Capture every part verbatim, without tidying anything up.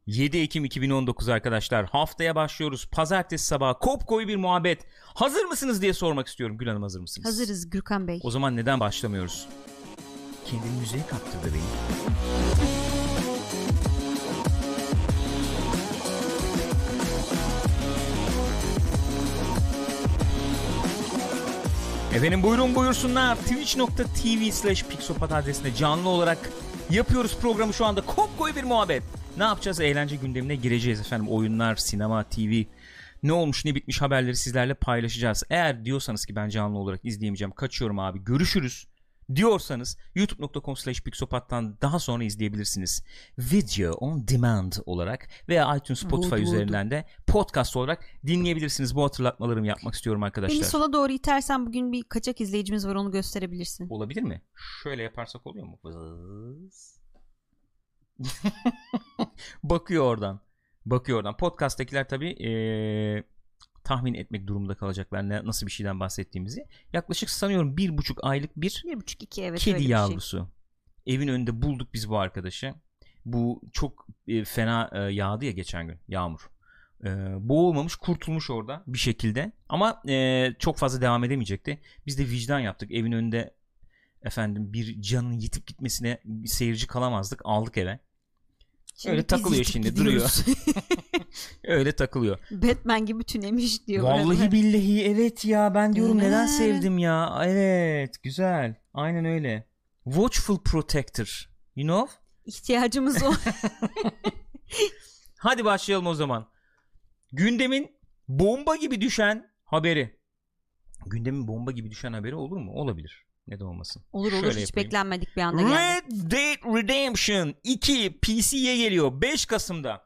yedi Ekim iki bin on dokuz arkadaşlar. Haftaya başlıyoruz. Pazartesi sabahı kopkoyu bir muhabbet. Hazır mısınız diye sormak istiyorum. Gül Hanım, hazır mısınız? Hazırız Gürkan Bey. O zaman neden başlamıyoruz? Kendini müziğe kaptırdı beni. Efendim buyurun buyursunlar. Twitch nokta tv slash pixopat adresinde canlı olarak yapıyoruz programı şu anda. Kopkoyu bir muhabbet. Ne yapacağız? Eğlence gündemine gireceğiz efendim. Oyunlar, sinema, T V, ne olmuş ne bitmiş haberleri sizlerle paylaşacağız. Eğer diyorsanız ki ben canlı olarak izleyemeyeceğim, kaçıyorum abi, görüşürüz diyorsanız youtube nokta com slash pixopat'tan daha sonra izleyebilirsiniz. Video on demand olarak veya iTunes, Spotify oldu, üzerinden oldu. de podcast olarak dinleyebilirsiniz. Bu hatırlatmalarımı yapmak istiyorum arkadaşlar. Beni sola doğru itersen bugün bir kaçak izleyicimiz var, onu gösterebilirsin. Olabilir mi? Şöyle yaparsak oluyor mu? Bakıyor oradan. Bakıyor oradan. Podcast'takiler tabii ee, tahmin etmek durumunda kalacaklar ne, nasıl bir şeyden bahsettiğimizi. Yaklaşık sanıyorum bir buçuk aylık bir, bir buçuk iki evet, kedi yavrusu. Şey. Evin önünde bulduk biz bu arkadaşı. Bu çok e, fena e, yağdı ya geçen gün yağmur. E, boğulmamış, kurtulmuş orada bir şekilde. Ama e, çok fazla devam edemeyecekti. Biz de vicdan yaptık. Evin önünde efendim bir canın yitip gitmesine seyirci kalamazdık. Aldık eve. Şimdi öyle takılıyor şimdi gidiyoruz. Duruyor. Öyle takılıyor. Batman gibi tünemiş diyor. Vallahi öyle. Billahi evet ya, ben diyorum neden sevdim ya. Evet, güzel. Aynen öyle. Watchful Protector. You know? İhtiyacımız o. Hadi başlayalım o zaman. Gündemin bomba gibi düşen haberi. Gündemin bomba gibi düşen haberi olur mu? Olabilir. Neden olmasın? Olur olur, şöyle hiç yapayım. Beklenmedik bir anda geldi. Red Dead Redemption iki P C'ye geliyor beş Kasım'da.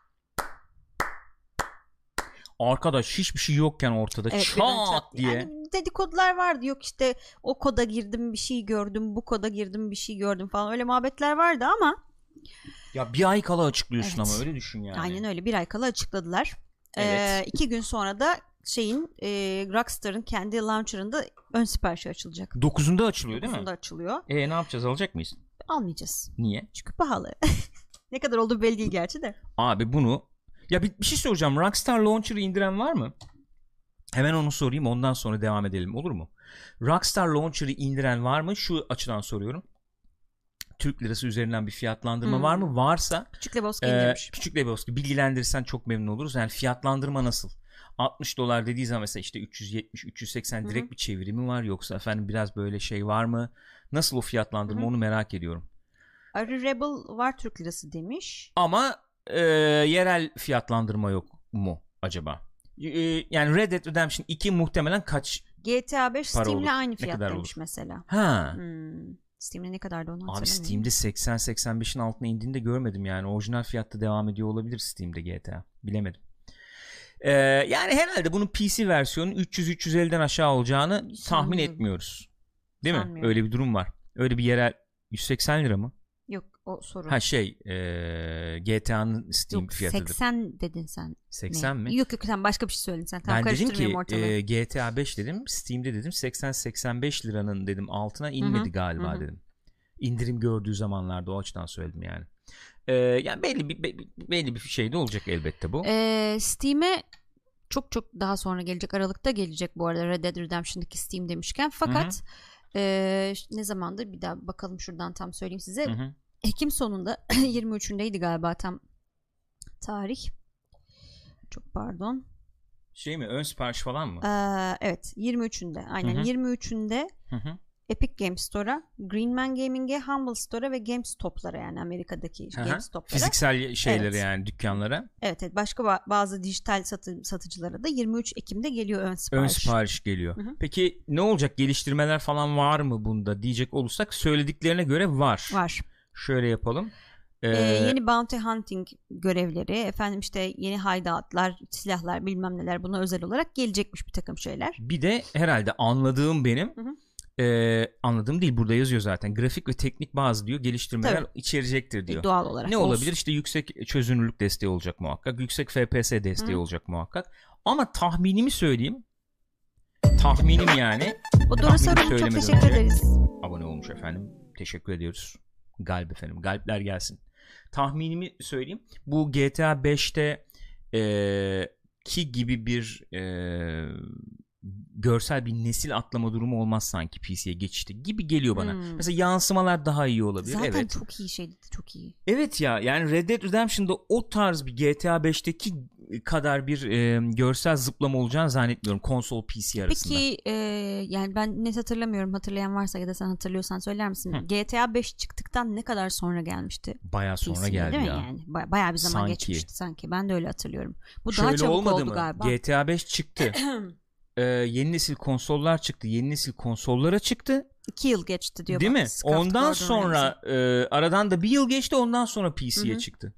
Arkadaş hiçbir şey yokken ortada evet, çat diye. Yani dedikodular vardı, yok işte o koda girdim bir şey gördüm, bu koda girdim bir şey gördüm falan, öyle muhabbetler vardı ama. Ya bir ay kala açıklıyorsun evet. Ama öyle düşün yani. Aynen öyle, bir ay kala açıkladılar. Evet. Ee, iki gün sonra da şeyin e, Rockstar'ın kendi launcher'ında ön siparişi açılacak. dokuzunda açılıyor değil mi? dokuzunda açılıyor. E ne yapacağız, alacak mıyız? Almayacağız. Niye? Çünkü pahalı. Ne kadar olduğu belli değil gerçi de. Abi bunu ya bir, bir şey soracağım. Rockstar Launcher'ı indiren var mı? Hemen onu sorayım, ondan sonra devam edelim, olur mu? Rockstar Launcher'ı indiren var mı? Şu açıdan soruyorum. Türk lirası üzerinden bir fiyatlandırma hmm. var mı? Varsa Küçük Lebowski indirmiş. E, Küçük Lebowski bilgilendirirsen çok memnun oluruz. Yani fiyatlandırma nasıl? altmış dolar dediği zaman mesela işte üç yüz yetmiş üç yüz seksen direkt Hı-hı. bir çevirimi var, yoksa efendim biraz böyle şey var mı? Nasıl o fiyatlandırma, Hı-hı. onu merak ediyorum. Arı Rebel var Türk lirası demiş. Ama e, yerel fiyatlandırma yok mu acaba? E, yani Red Dead Redemption iki muhtemelen kaç G T A beş Steam'le aynı fiyat demiş olur? Mesela. Ha. Hmm. Steam'de ne kadardı onu hatırlamıyorum. Abi Steam'de seksen seksen beşin altına indiğini de görmedim yani. Orijinal fiyatta devam ediyor olabilir Steam'de G T A. Bilemedim. Ee, yani herhalde bunun P C versiyonu üç yüz üç yüz elliden aşağı olacağını tahmin etmiyoruz. Değil mi? Öyle bir durum var. Öyle bir yerel yüz seksen lira mı? Yok, o sorun. Ha şey e, G T A'nın Steam yok, fiyatıdır. seksen dedin sen. seksen ne? mi? Yok yok, sen başka bir şey söyledin sen. Tam ben dedim ki e, G T A beş dedim. Steam'de dedim seksen seksen beş liranın dedim altına inmedi Hı-hı. galiba Hı-hı. dedim. İndirim gördüğü zamanlarda o açıdan söyledim yani. Ee, yani belli bir belli bir şey de olacak elbette bu. Ee, Steam'e çok çok daha sonra gelecek, Aralık'ta gelecek bu arada Red Dead Redemption'daki Steam demişken. Fakat e, ne zamandır bir daha bakalım şuradan tam söyleyeyim size. Hı-hı. Ekim sonunda yirmi üçündeydi galiba tam tarih. Çok pardon. Şey mi, ön sipariş falan mı? Ee, evet, yirmi üçünde. Aynen Hı-hı. yirmi üçünde Hı-hı. Epic Games Store'a, Green Man Gaming'e, Humble Store'a ve GameStop'lara, yani Amerika'daki Aha. GameStop'lara. Fiziksel şeyleri evet. yani dükkanlara. Evet, evet. Başka ba- bazı dijital satı- satıcılara da yirmi üç Ekim'de geliyor ön sipariş. Ön sipariş geliyor. Hı-hı. Peki ne olacak? Geliştirmeler falan var mı bunda diyecek olursak, söylediklerine göre var. Var. Şöyle yapalım. Ee, ee, yeni bounty hunting görevleri, efendim işte yeni hideoutlar, silahlar, bilmem neler, buna özel olarak gelecekmiş bir takım şeyler. Bir de herhalde anladığım benim hı hı. Ee, anladığım değil, burada yazıyor zaten, grafik ve teknik bazı diyor geliştirmeler Tabii. içerecektir diyor. Doğal olarak. Ne olsun. olabilir? İşte yüksek çözünürlük desteği olacak muhakkak, yüksek F P S desteği Hı. olacak muhakkak. Ama tahminimi söyleyeyim. Tahminim yani. O Dorası Hanım çok teşekkür ederiz. Abone olmuş efendim. Teşekkür ediyoruz. Galip efendim. Galipler gelsin. tahminimi söyleyeyim. Bu G T A beşte e, ki gibi bir e, görsel bir nesil atlama durumu olmaz sanki P C'ye geçişte gibi geliyor bana. Hmm. Mesela yansımalar daha iyi olabilir. Zaten evet. çok iyi şeydi, çok iyi. Evet ya, yani Red Dead Redemption'da o tarz bir G T A beşteki kadar bir e, görsel zıplama olacağını zannetmiyorum konsol P C arasında. Peki e, yani ben net hatırlamıyorum, hatırlayan varsa ya da sen hatırlıyorsan söyler misin? Hı. G T A beş çıktıktan ne kadar sonra gelmişti? Bayağı sonra P C'ye, geldi değil mi ya. Yani ba- bayağı bir zaman sanki. geçmişti sanki. Ben de öyle hatırlıyorum. Bu Şöyle daha çabuk olmadı oldu mı? galiba. G T A beş çıktı. ee, yeni nesil konsollar çıktı. Yeni nesil konsollara çıktı. İki yıl geçti diyor. Değil bak, mi? Scuffed Ondan Gordon sonra e, aradan da bir yıl geçti. Ondan sonra P C'ye Hı-hı. çıktı.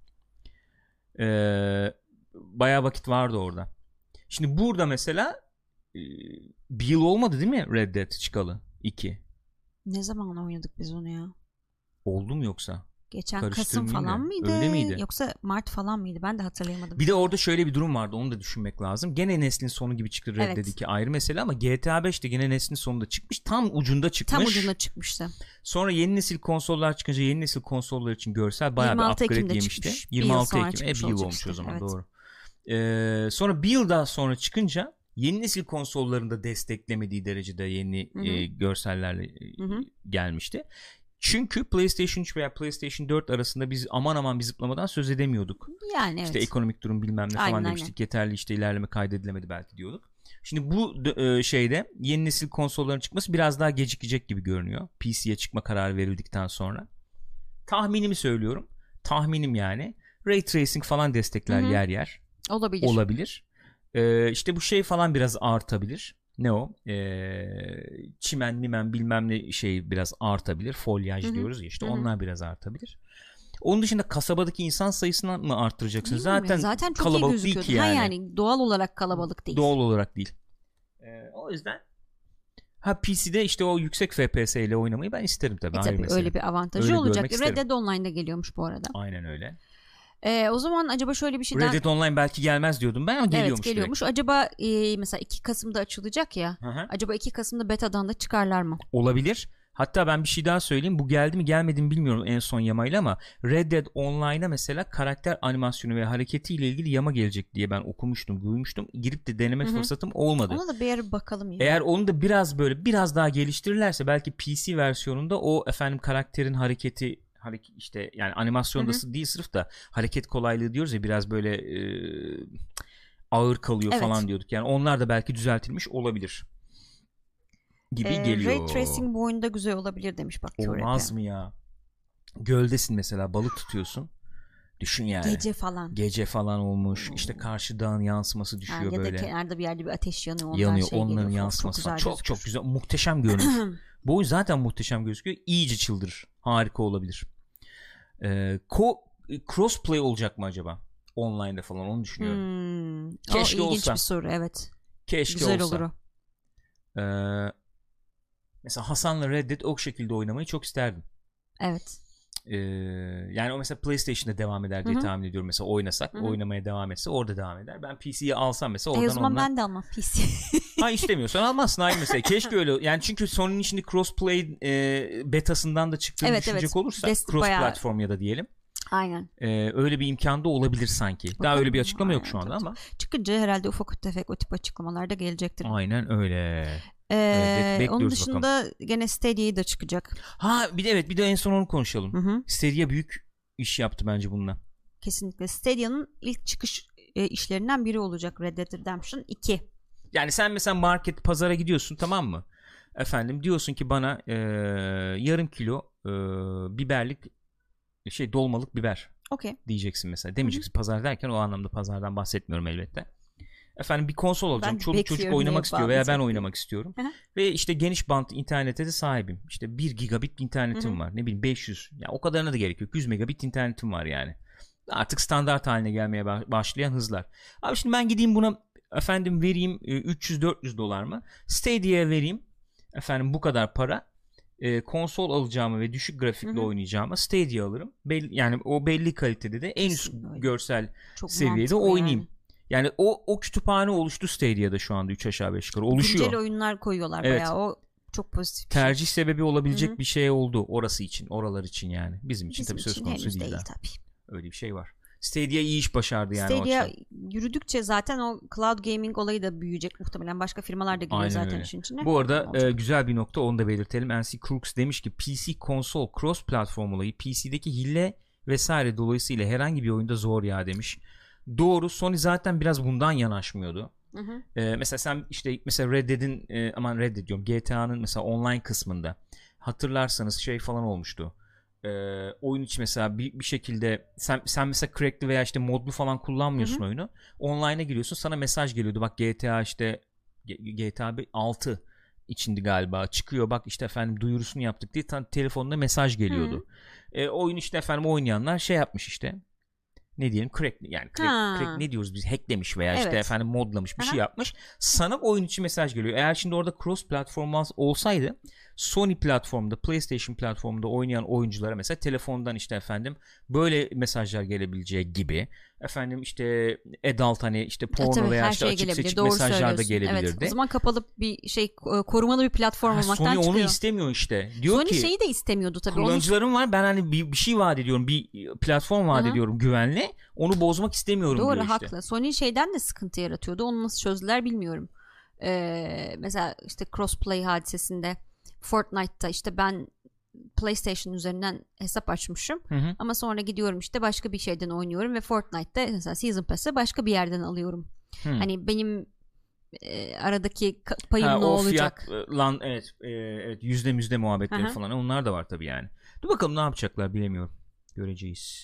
Ee, bayağı vakit vardı orada. Şimdi burada mesela e, bir yıl olmadı değil mi Red Dead çıkalı? iki. Ne zaman oynadık biz onu ya? Oldu mu yoksa? Geçen Kasım falan mi? mıydı? Öyle miydi? Yoksa Mart falan mıydı? Ben de hatırlayamadım. Bir de orada şöyle bir durum vardı. Onu da düşünmek lazım. Gene neslin sonu gibi çıktı Red Dead iki, ayrı mesele, ama G T A beş de gene neslin sonunda çıkmış. Tam ucunda çıkmış. Tam ucunda çıkmıştı. Sonra yeni nesil konsollar çıkınca yeni nesil konsollar için görsel bayağı bir upgrade Ekim'de yemişti. Çıkmış. yirmi altı Ekim. E, bir yıl olmuş işte. O zaman, evet. Doğru. Ee, sonra bir yıl daha sonra çıkınca yeni nesil konsollarında desteklemediği derecede yeni e, görsellerle e, gelmişti. Çünkü PlayStation üç veya PlayStation dört arasında biz aman aman bir zıplamadan söz edemiyorduk. Yani evet. İşte ekonomik durum bilmem ne falan aynen, demiştik. Aynen. Yeterli işte ilerleme kaydedilemedi belki diyorduk. Şimdi bu e, şeyde yeni nesil konsolların çıkması biraz daha gecikecek gibi görünüyor. P C'ye çıkma kararı verildikten sonra. Tahminimi söylüyorum. Tahminim yani. Ray Tracing falan destekler Hı-hı. yer yer. Olabilir. Olabilir. Ee, işte bu şey falan biraz artabilir. Ne o? Ee, çimen mimen bilmem ne şey biraz artabilir. Folyaj Hı-hı. diyoruz ya işte Hı-hı. onlar biraz artabilir. Onun dışında kasabadaki insan sayısını mı arttıracaksın? Zaten, Zaten çok kalabalık iyi değil ki yani. Ha yani doğal olarak kalabalık değil. Doğal olarak değil. Ee, o yüzden ha P C'de işte o yüksek F P S ile oynamayı ben isterim tabii. E tabii öyle bir avantajı öyle olacak. Red Dead Online'da geliyormuş bu arada. Aynen öyle. Ee, o zaman acaba şöyle bir şeyden... Red Dead Online belki gelmez diyordum ben ama geliyormuş. Evet geliyormuş. Direkt. Acaba e, mesela iki Kasım'da açılacak ya. Hı-hı. Acaba iki Kasım'da betadan da çıkarlar mı? Olabilir. Hatta ben bir şey daha söyleyeyim. Bu geldi mi gelmedi mi bilmiyorum en son yamayla ama Red Dead Online'a mesela karakter animasyonu ve hareketiyle ilgili yama gelecek diye ben okumuştum, duymuştum. Girip de deneme Hı-hı. fırsatım olmadı. Ona da bir ara bakalım. Yani. Eğer onu da biraz böyle biraz daha geliştirirlerse belki P C versiyonunda o efendim karakterin hareketi hareket işte yani animasyonda Hı-hı. değil sırf da hareket kolaylığı diyoruz ya biraz böyle e, ağır kalıyor evet. falan diyorduk. Yani onlar da belki düzeltilmiş olabilir. Gibi ee, geliyor. Ray Tracing bu oyunda güzel olabilir demiş bak. Olmaz Körep'e. mı ya? Göldesin mesela, balık tutuyorsun. Düşün yani. Gece falan. Gece falan olmuş. Hmm. İşte karşı dağın yansıması düşüyor ha, ya böyle. Ya da kenarda bir yerde bir ateş yanıyor. Ondan yanıyor. Şey onların geliyor. yansıması çok falan. Çok çok güzel. Muhteşem görünüyor. Bu oyun zaten muhteşem gözüküyor. İyice çıldırır. Harika olabilir. Ee, ko- crossplay olacak mı acaba? Online'da falan onu düşünüyorum. Hmm. Keşke o ilginç olsa. bir soru evet. Keşke güzel olsa. Güzel olur o. Ee, mesela Hasan'la Red Dead o şekilde oynamayı çok isterdim. Evet. Ee, yani o mesela PlayStation'da devam eder diye Hı-hı. tahmin ediyorum. Mesela oynasak, Hı-hı. oynamaya devam etse orada devam eder. Ben P C'yi alsam mesela oradan e o zaman onunla... ben de almam P C. Ha istemiyorsan almazsın ayrı mesela. Keşke öyle. Yani çünkü Sony'nin şimdi crossplay e, betasından da çıktığını evet, düşünecek evet. olursak Desti cross bayağı... platform ya da diyelim. Aynen. Ee, öyle bir imkan da olabilir sanki. Bakalım. Daha öyle bir açıklama Aynen, yok şu anda tabii. ama. Çıkınca herhalde ufak tefek o tip açıklamalar da gelecektir. Aynen öyle. Ee, evet, onun dışında bakalım. Gene Stadia'yı da çıkacak. Ha bir de evet bir de en son onu konuşalım. Hı-hı. Stadia büyük iş yaptı bence bununla. Kesinlikle. Stadia'nın ilk çıkış e, işlerinden biri olacak Red Dead Redemption iki. Yani sen mesela market pazara gidiyorsun tamam mı? Efendim diyorsun ki bana e, yarım kilo e, biberlik şey dolmalık biber. Okay. Diyeceksin mesela. Demeyeceksin Hı-hı. pazar derken o anlamda pazardan bahsetmiyorum elbette. Efendim bir konsol alacağım. Ben Çoluk çocuk oynamak istiyor veya ben oynamak istiyorum. Hı-hı. Ve işte geniş bant internete de sahibim. İşte bir gigabit internetim Hı-hı. var. Ne bileyim beş yüz. Ya o kadarına da gerek yok. yüz megabit internetim var yani. Artık standart haline gelmeye başlayan hızlar. Abi şimdi ben gideyim buna efendim vereyim üç yüz dört yüz dolar mı? Stadia'ya vereyim. Efendim bu kadar para. E, konsol alacağımı ve düşük grafikle Hı-hı. oynayacağımı Stadia alırım. Belli, yani o belli kalitede de en üst görsel Çok seviyede oynayayım. Yani. Yani o o kütüphane oluştu Stadia'da şu anda üç aşağı beş yukarı oluşuyor. Güncel oyunlar koyuyorlar evet. bayağı o çok pozitif. Tercih şey. sebebi olabilecek Hı-hı. bir şey oldu orası için, oralar için yani. Bizim için Bizim tabii söz konusu değil. değil tabii. Öyle bir şey var. Stadia iyi iş başardı yani. Stadia yürüdükçe zaten o cloud gaming olayı da büyüyecek muhtemelen. Başka firmalar da giriyor Aynen zaten öyle. işin içine. Bu arada e, güzel bir nokta, onu da belirtelim. N C Crooks demiş ki P C konsol cross platform olayı P C'deki hile vesaire dolayısıyla herhangi bir oyunda zor ya demiş. Doğru. Sony zaten biraz bundan yanaşmıyordu. Hı hı. Ee, mesela sen işte mesela Red Dead'in e, aman Red Dead diyorum, G T A'nın mesela online kısmında hatırlarsanız şey falan olmuştu. Ee, oyun içi mesela bir, bir şekilde sen, sen mesela crackli veya işte modlu falan kullanmıyorsun, hı hı. oyunu. Online'a giriyorsun, sana mesaj geliyordu. Bak G T A işte G T A altı içindi galiba, çıkıyor bak işte efendim duyurusunu yaptık diye ta- telefonuna mesaj geliyordu. Ee, oyun işte efendim oynayanlar şey yapmış işte. Ne diyelim, crack yani crack, crack ne diyoruz biz, hacklemiş veya evet. işte efendim modlamış bir Aha. şey yapmış. Sana oyun içi mesaj geliyor. Eğer şimdi orada cross platform olsaydı Sony platformda, PlayStation platformunda oynayan oyunculara mesela telefondan işte efendim böyle mesajlar gelebileceği gibi efendim işte adult hani işte porno e, veya işte şey açık seçik mesajlar da gelebilirdi. Evet, o zaman kapalı bir şey, korumalı bir platform olmaktan Sony çıkıyor. Sony onu istemiyor işte. Diyor Sony ki, şeyi de istemiyordu tabii. Kullanıcılarım onu... var, ben hani bir, bir şey vaat ediyorum, bir platform vaat Hı-hı. ediyorum güvenli. Onu bozmak istemiyorum Doğru, diyor işte. Doğru, haklı. Sony şeyden de sıkıntı yaratıyordu. Onu nasıl çözdüler bilmiyorum. Ee, mesela işte crossplay hadisesinde Fortnite'ta işte ben PlayStation üzerinden hesap açmışım. Hı hı. Ama sonra gidiyorum işte başka bir şeyden oynuyorum ve Fortnite'ta mesela Season Pass'ı başka bir yerden alıyorum. Hı. Hani benim e, aradaki payım ha, ne olacak? Fiyat, lan evet, e, evet yüzde müzde muhabbetleri Aha. falan, onlar da var tabii yani. Dur bakalım ne yapacaklar, bilemiyorum. Göreceğiz.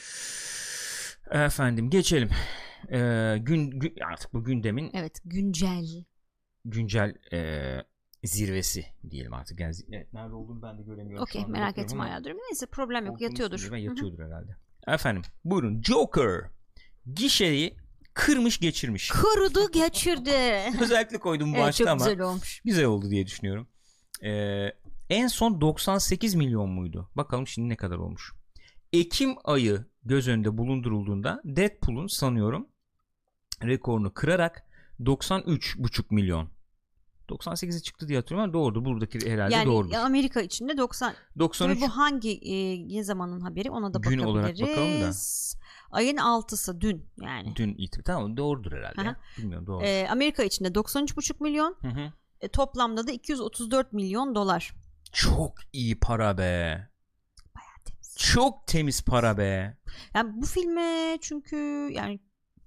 Efendim geçelim. Ee, gün, gün artık bu gündemin evet güncel güncel e, zirvesi diyelim artık. Yani, evet, nerede olduğunu ben de göremiyorum. Okey, merak etme hala durum. Neyse, problem yok, yatıyordur. Yatıyordur herhalde. Efendim buyurun, Joker gişeyi kırmış geçirmiş. Kırdı geçirdi. Özellikle koydum bu evet, başta ama güzel olmuş. Güzel oldu diye düşünüyorum. Ee, en son doksan sekiz milyon muydu? Bakalım şimdi ne kadar olmuş. Ekim ayı göz önünde bulundurulduğunda Deadpool'un sanıyorum rekorunu kırarak doksan üç buçuk milyon. doksan sekize çıktı diye hatırlıyorum ama doğrudur. Buradaki herhalde yani doğrudur. Yani Amerika içinde doksan. doksan üç. Bu hangi e, ne zamanın haberi, ona da gün bakabiliriz. olarak bakalım da. Ayın altısı dün yani. Dün itibariyle. Tamam, doğrudur herhalde. Ya. Bilmiyorum, doğru. E, Amerika içinde doksan üç buçuk milyon. Hı hı. E, toplamda da iki yüz otuz dört milyon dolar. Çok iyi para be. Bayağı temiz. Çok temiz para be. Yani bu filme çünkü yani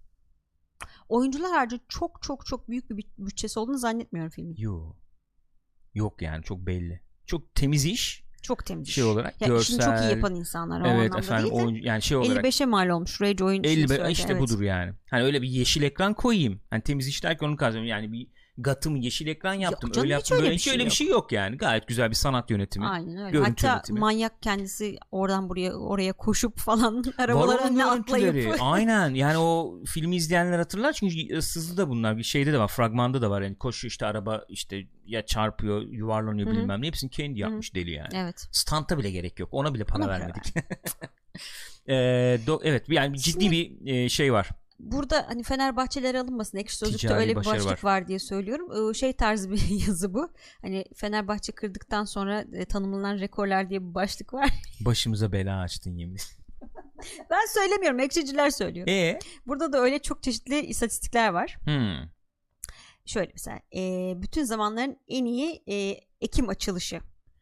oyuncular harcı çok çok çok büyük bir bütçesi olduğunu zannetmiyorum filmin. Yok. Yok yani, çok belli. Çok temiz iş. Çok temiz şey olarak ya, görsel. İşini çok iyi yapan insanlar o evet, anlamda efendim, değil de. Oyuncu, yani şey olarak elli beşe mal olmuş Rage oyun elli beş işte evet. Budur yani. Hani öyle bir yeşil ekran koyayım. Hani temiz iş derken onu kazanıyorum. Yani bir Gotham yeşil ekran yaptım. Yok, canım, öyle yaptım. Öyle böyle bir şey öyle yok. bir şey yok yani. Gayet güzel bir sanat yönetimi. Aynen öyle. Görüntü Hatta yönetimi. manyak kendisi oradan buraya oraya koşup falan arabaların önüne atlayıp. Aynen. Yani o filmi izleyenler hatırlar çünkü sızlı da bunlar. Bir şeyde de var. Fragmanda da var. Yani koşuyor işte, araba işte ya çarpıyor, yuvarlanıyor, Hı-hı. bilmem ne. Hepsini kendi yapmış Hı-hı. deli yani. Evet. Stanta bile gerek yok. Ona bile para Ona vermedik. ee, do- evet yani ciddi Şimdi... bir e, şey var. Burada hani Fenerbahçelere alınmasın, Ekşi Sözlük'te öyle bir başlık var. var diye söylüyorum. Şey tarzı bir yazı bu. Hani Fenerbahçe kırdıktan sonra e, tanımlanan rekorlar diye bir başlık var. Başımıza bela açtın yemin. Ben söylemiyorum, ekşiciler söylüyor. Ee? Burada da öyle çok çeşitli istatistikler var. Hmm. Şöyle mesela e, bütün zamanların en iyi e, Ekim açılışı.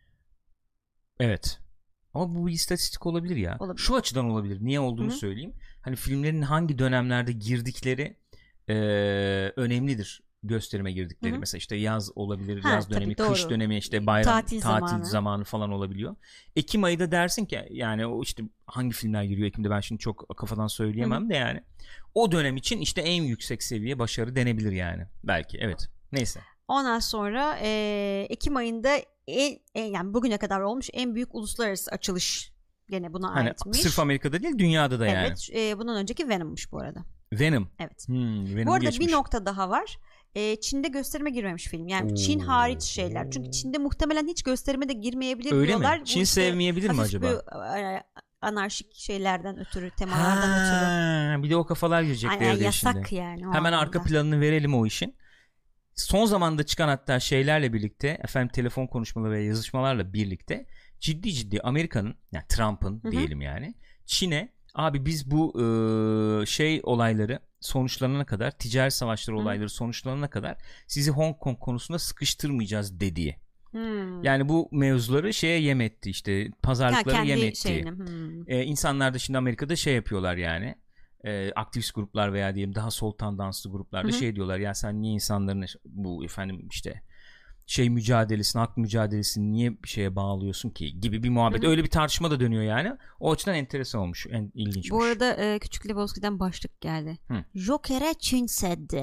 Evet. Ama bu bir istatistik olabilir ya. Olabilir. Şu açıdan olabilir. Niye olduğunu Hı-hı. söyleyeyim. Hani filmlerin hangi dönemlerde girdikleri e, önemlidir. Gösterime girdikleri. Hı-hı. Mesela işte yaz olabilir. Ha, yaz dönemi, tabii, kış dönemi, işte bayram, tatil, tatil zamanı. zamanı falan olabiliyor. Ekim ayı da dersin ki yani o işte hangi filmler giriyor Ekim'de, ben şimdi çok kafadan söyleyemem Hı-hı. de yani. O dönem için işte en yüksek seviye başarı denebilir yani. Belki evet. Neyse. Ondan sonra e, Ekim ayında en, en, yani bugüne kadar olmuş en büyük uluslararası açılış gene buna hani aitmiş. Sırf Amerika'da değil, dünyada da yani. Evet. E, bundan önceki Venom'muş bu arada. Venom. Evet. Hmm, Venom bu arada geçmiş. bir nokta daha var. E, Çin'de gösterime girmemiş film. Yani Oo. Çin hariç şeyler. Çünkü Çin'de muhtemelen hiç gösterime de girmeyebilir Öyle diyorlar. Mi? Çin işte sevmeyebilir mi acaba? Bir, anarşik şeylerden ötürü, temalardan ha, ötürü. Bir de o kafalar girecek yani, devreye yasak şimdi. Yani. Hemen anlamda. Arka planını verelim o işin. Son zamanda çıkan hatta şeylerle birlikte, efendim telefon konuşmaları ve yazışmalarla birlikte ciddi ciddi Amerika'nın, yani Trump'ın Hı-hı. diyelim yani, Çin'e Abi biz bu e, şey olayları sonuçlanana kadar, ticaret savaşları Hı. olayları sonuçlanana kadar sizi Hong Kong konusunda sıkıştırmayacağız dediği. Hmm. Yani bu mevzuları şeye yem etti, işte pazarlıkları ha, yem etti. Hmm. Ee, insanlar da şimdi Amerika'da şey yapıyorlar yani. E, aktivist gruplar veya diyelim daha sol tandanslı gruplarda Hı-hı. şey diyorlar ya, sen niye insanların bu efendim işte şey mücadelesini, hak mücadelesini niye bir şeye bağlıyorsun ki gibi bir muhabbet. Hı-hı. Öyle bir tartışma da dönüyor yani. O açıdan enteresan olmuş, en ilginçmiş. Bu arada e, Küçük Lebowski'den başlık geldi. Hı. Joker'e Çin seddi.